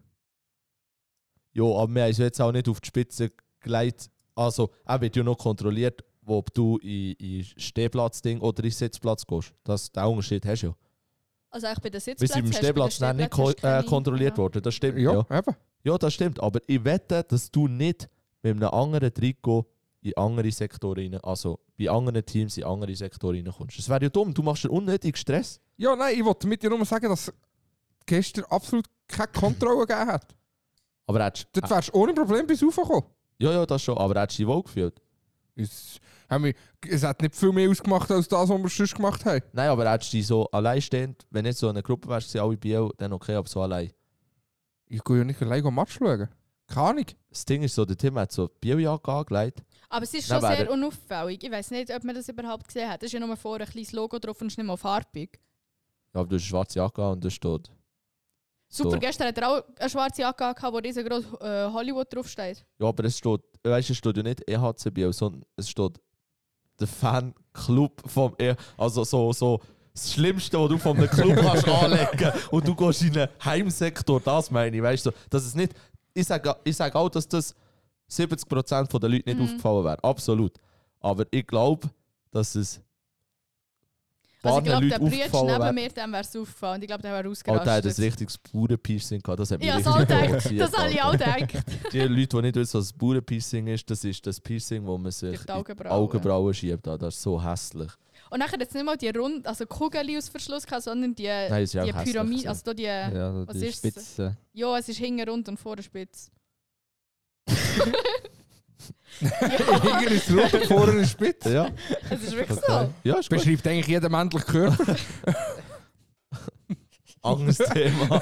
Ja, aber wir haben es jetzt auch nicht auf die Spitze gelegt. Also, er wird ja noch kontrolliert, ob du in, in Stehplatzding oder in Sitzplatz gehst. Das, den Unterschied hast du ja. Also eigentlich bei den Wir Sitzplätzen. sind im hast du bei den Stehplatz dann nicht ko Stehplätzen äh, hast du kontrolliert keine- worden. Das stimmt. Ja, Ja. eben. ja, das stimmt. Aber ich wette, dass du nicht mit einem anderen Trikot in andere Sektoren rein, also bei anderen Teams in andere Sektoren reinkommst. Das wäre ja dumm. Du machst einen unnötigen Stress. Ja, nein, ich wollte damit ja nur sagen, dass es gestern absolut keine Kontrolle gegeben hat. Aber hättest, Dort wärst du ohne Problem bis raufgekommen. ja, ja, das schon. Aber hättest du dich wohl gefühlt? Es, haben wir, es hat nicht viel mehr ausgemacht als das, was wir sonst gemacht haben. Nein, aber hättest du dich so alleinstehend, wenn nicht so eine Gruppe wärst, alle Biel, dann okay, aber so allein. Ich gehe ja nicht allein ein Match schauen. Keine Ahnung. Das Ding ist so, der Tim hat so die Bieljacke angelegt. Aber es ist Dann schon sehr wäre- unauffällig. Ich weiß nicht, ob man das überhaupt gesehen hat. Es ist ja nur vorne ein kleines Logo drauf und es ist nicht mal farbig. Ja, aber du hast eine schwarze Jacke an und da steht. Super, So. gestern hat er auch eine schwarze Jacke gehabt, wo riesengroß äh, Hollywood draufsteht. Ja, aber es steht, weißt du, es steht ja nicht E H C Biel, sondern es steht der Fanclub vom E. Also so, so das Schlimmste, was du von einem Club kannst anlegen und du gehst in einen Heimsektor, das meine ich, weißt du, dass es nicht. Ich sage ich sag auch, dass das siebzig Prozent der Leute nicht Mhm. aufgefallen wäre. Absolut. Aber ich glaube, dass es Also ich glaube, Leuten der Brütsch aufgefallen neben wäre. mir, dem wäre es aufgefallen. Und ich glaube, der wäre Oh, der hat ein ausgerastet. richtiges Bauernpiercing gehabt. Das hat mich Ja, das richtig auch gedacht. provoziert, Das habe ich auch Alter. gedacht. Die Leute, die nicht wissen, was ein Bauernpiercing ist, das ist das Piercing, wo man sich Durch die in Augenbrauen. Augenbrauen schiebt. Ah, das ist so hässlich. Und nachher jetzt nicht mal die Rund, also Kugel aus Verschluss gehabt, sondern die, Nein, das ist ja die auch hässlich Pyramide, gewesen. also da die, Ja, so was die ist es? Spitze. ja, es ist hinten rund und vorne spitz. Hinten ist rot und vorne ist spitz. Ja, Es ist wirklich okay. so. Ja, ist gut. Beschreibt eigentlich jeden männlichen Körper. Anderes Thema.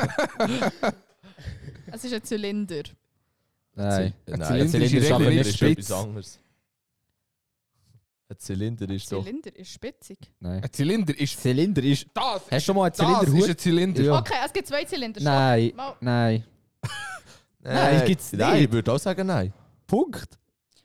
Es ist ein Zylinder. Nein. Nein, Zylinder ein ist Zylinder in ist der aber Regel nicht nicht etwas spitz. anderes. Ein Zylinder ist doch... Zylinder ist spitzig. Nein. Ein Zylinder ist... Zylinder ist. Das, Hast du schon mal einen das Zylinderhut? ist ein Zylinder. Ja. Okay, es gibt zwei Zylinder. schon. Nein. Mal. Nein. Nein, Nein, gibt's Nein, nicht. ich würde auch sagen nein. Punkt.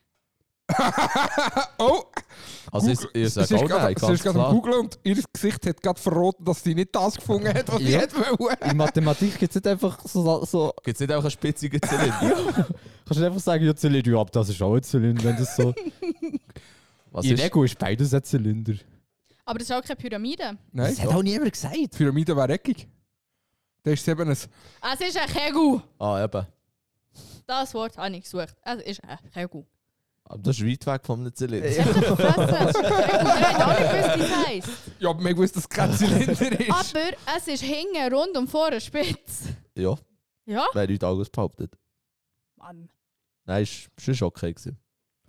Oh! Also ich, Google- ich sie ist sage auch gerade- nein, Sie ganz ist gerade am klar. Googlen und ihr Gesicht hat gerade verraten, dass sie nicht das gefunden hat, was sie Ja. hätte wollen. In Mathematik gibt es nicht einfach so. so Gibt es nicht auch einen spitzigen Zylinder? kannst du nicht einfach sagen, ja, Zylinder, ja, aber das ist auch ein Zylinder, wenn das so. Was In ist? Lego ist beides ein Zylinder. Aber das ist auch keine Pyramide. Nein, Das hat auch niemand gesagt. die Pyramide wäre eckig. Da ist es eben ein... Es ist ein Kegel. Ah, eben. Das Wort habe ich gesucht. Es ist ein Kegel. Aber das ist weit weg von einem Zylinder. Ich habe gefressen. Ich habe auch nicht gewusst, wie es heisst. Ja, aber man wusste, dass es kein Zylinder ist. Aber es ist hinten rund und vorne spitz. Ja, Ja? wäre nicht alles behauptet. Mann. Nein, ist ist schon okay gewesen.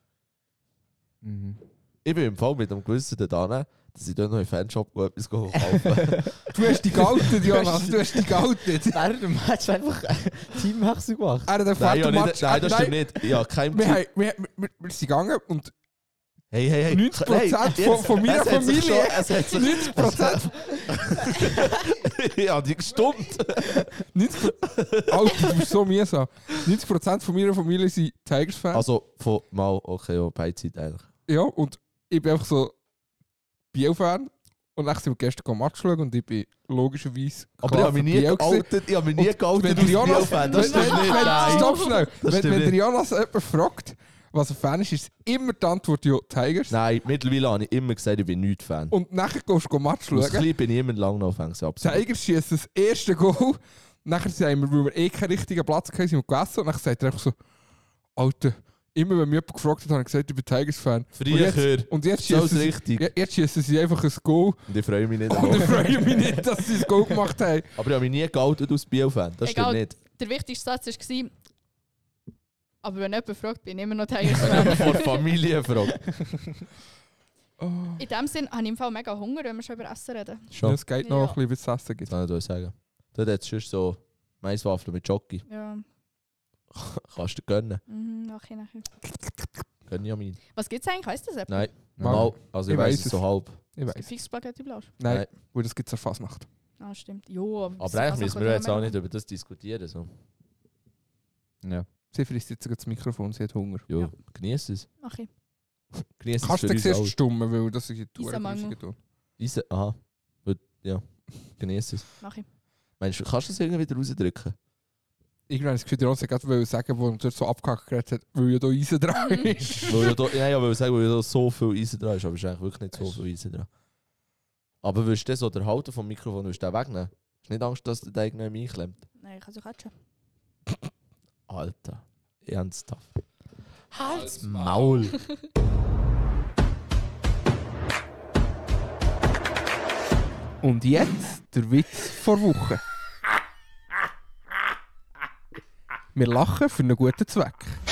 Mhm. Ich bin im Fall mit dem Gewissen da, dass ich dort noch im Fanshop etwas kaufen Du hast die geoutet, Jonas. Du hast die geoutet. Während dem Match einfach Teamwechsel gemacht. Er hat den Nein, ja, Vatermatch... nicht, nein, das stimmt nicht. Ja, kein Wir, Typ. haben- wir, wir, wir sind gegangen und Hey, hey, hey. neunzig Prozent von- von meiner es hat sich Familie- Schon, es hat sich, neunzig Prozent... ja, die gestummt. neunzig Prozent Alter, du bist so mühsam. neunzig Prozent von meiner Familie sind Tigers-Fans. Also, von mal, okay, ja, beide Seiten eigentlich. Ja, und ich bin einfach so Biel-Fan. Und dann sind wir gestern Match schauen und ich bin logischerweise Aber klar ich habe mich für nie Biel gewesen. geoutet, ich habe mich nie Und geoutet wenn als der Jonas- Biel-Fan. Das wenn- stimmt wenn- nicht. wenn- Nein. Stopp schnell. Das Wenn, stimmt wenn der nicht. Jonas jemanden fragt, was ein Fan ist, ist immer die Antwort ja Tigers. Nein, mittlerweile habe ich immer gesagt, ich bin nicht Fan. Und nachher gehst du Match Als schauen. Klein bin ich immer lang noch Fan. Absolut. Tigers schießen das erste Goal. Nachher sagen wir, weil wir eh keinen richtigen Platz hatten, sind wir gegessen. Und dann sagt er einfach so, Alter, immer wenn mich jemand gefragt hat, habe ich gesagt, ich bin Tigers-Fan. Und Früher. jetzt, und jetzt So ist schießen sie, richtig. je- jetzt schießen sie einfach ein Goal. Und ich freue mich nicht. Und ich aber freue mich nicht, dass sie das Goal gemacht haben. ich habe mich nie geoutet als Biel-Fan. Das stimmt Egal. nicht. Der wichtigste Satz war, aber wenn jemand fragt, bin ich immer noch Tigers-Fan. Vor Familienfrage. Oh. In dem Sinn habe ich im Fall mega Hunger, wenn wir schon über Essen reden. Ja, Schon. es geht noch Ja. ein bisschen, wie es Essen gibt. Das kann ich dir sagen. Dort hat es sonst so Maiswaffeln mit Jockey. Ja, Kannst du dir gönnen. mhm, nachher, nachher. Gönn ja mein. Was gibt es eigentlich? Weißt du das? Nein, Mal. mal. Also ich, Ich weiss weiss es so es. halb. Ich weiß. Fix Spaghetti Blanche. Nein, Nein. weil das gibt es ja fast Nacht. Ah, stimmt. Jo, aber Aber eigentlich müssen wir jetzt auch nicht über das diskutieren. So. Ja. Sie frisst jetzt sogar das Mikrofon, sie hat Hunger. Jo, Ja. genieß es. Mach ich. Genieß es Kannst für du uns zuerst alle. stummen, weil das ist die Eisenmangel. Tour. Eisen, aha. Gut, ja. Genieß es. Mach ich. Meinst du, kannst du das irgendwie wieder rausdrücken? Irgendwann ist das Gefühl, Jonas hat gerade sagen, wo er dort so abgehackt geredet hat, weil ja da Eisen dran Mhm. ist. Weil ja da, ja, ja, weil ich sagen, weil ja da so viel Eisen dran ist, aber es ist eigentlich wirklich nicht so viel Eisen dran. Aber willst du das so der Halter vom Mikrofon willst du den wegnehmen? Hast du nicht Angst, dass der da irgendwie einklemmt? Nein, ich kann so catchen. Alter, ernsthaft. Halt's Maul! Und jetzt der Witz vor Woche. Wir lachen für einen guten Zweck.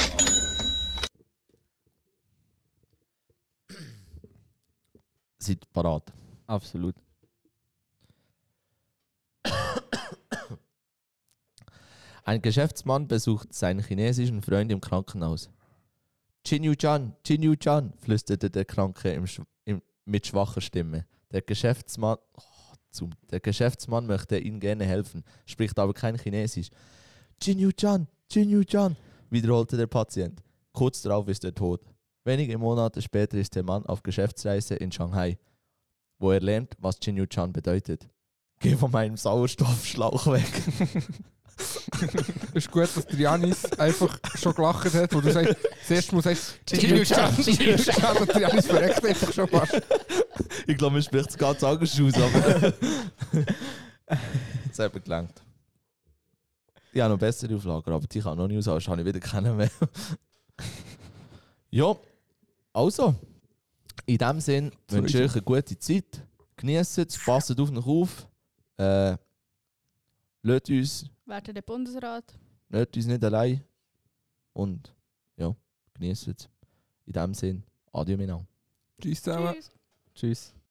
Seid parat. Absolut. Ein Geschäftsmann besucht seinen chinesischen Freund im Krankenhaus. Chin-Yu-Chan, Chin-Yu-Chan, flüsterte der Kranke im, Sch- im, mit schwacher Stimme. Der Geschäftsmann, oh, zum, der Geschäftsmann möchte Ihnen gerne helfen, spricht aber kein Chinesisch. Chin-Yu-Chan, Chin-Yu-Chan, wiederholte der Patient. Kurz darauf ist er tot. Wenige Monate später ist der Mann auf Geschäftsreise in Shanghai, wo er lernt, was Chin-Yu-Chan bedeutet. Geh von meinem Sauerstoffschlauch weg. Es ist gut, dass der Janis einfach schon gelacht hat, wo du sagst, das erste Mal sagst, Chin-Yu-Chan, Chin-Yu-Chan, und der Janis verreckt einfach schon fast. Ich glaube, man spricht es ganz anders aus, aber es hat mir gelangt. Ich habe noch bessere Auflagen, aber die kann noch nicht aus, habe ich wieder keinen mehr. Ja, also, in dem Sinn wünsche ich euch eine gute Zeit. Genießt es, passt auf euch auf. Äh, lasst uns, Werte der Bundesrat. lasst uns nicht allein. Und ja, genießt es. In dem Sinn, adieu miteinander. Tschüss zusammen. Tschüss. Tschüss.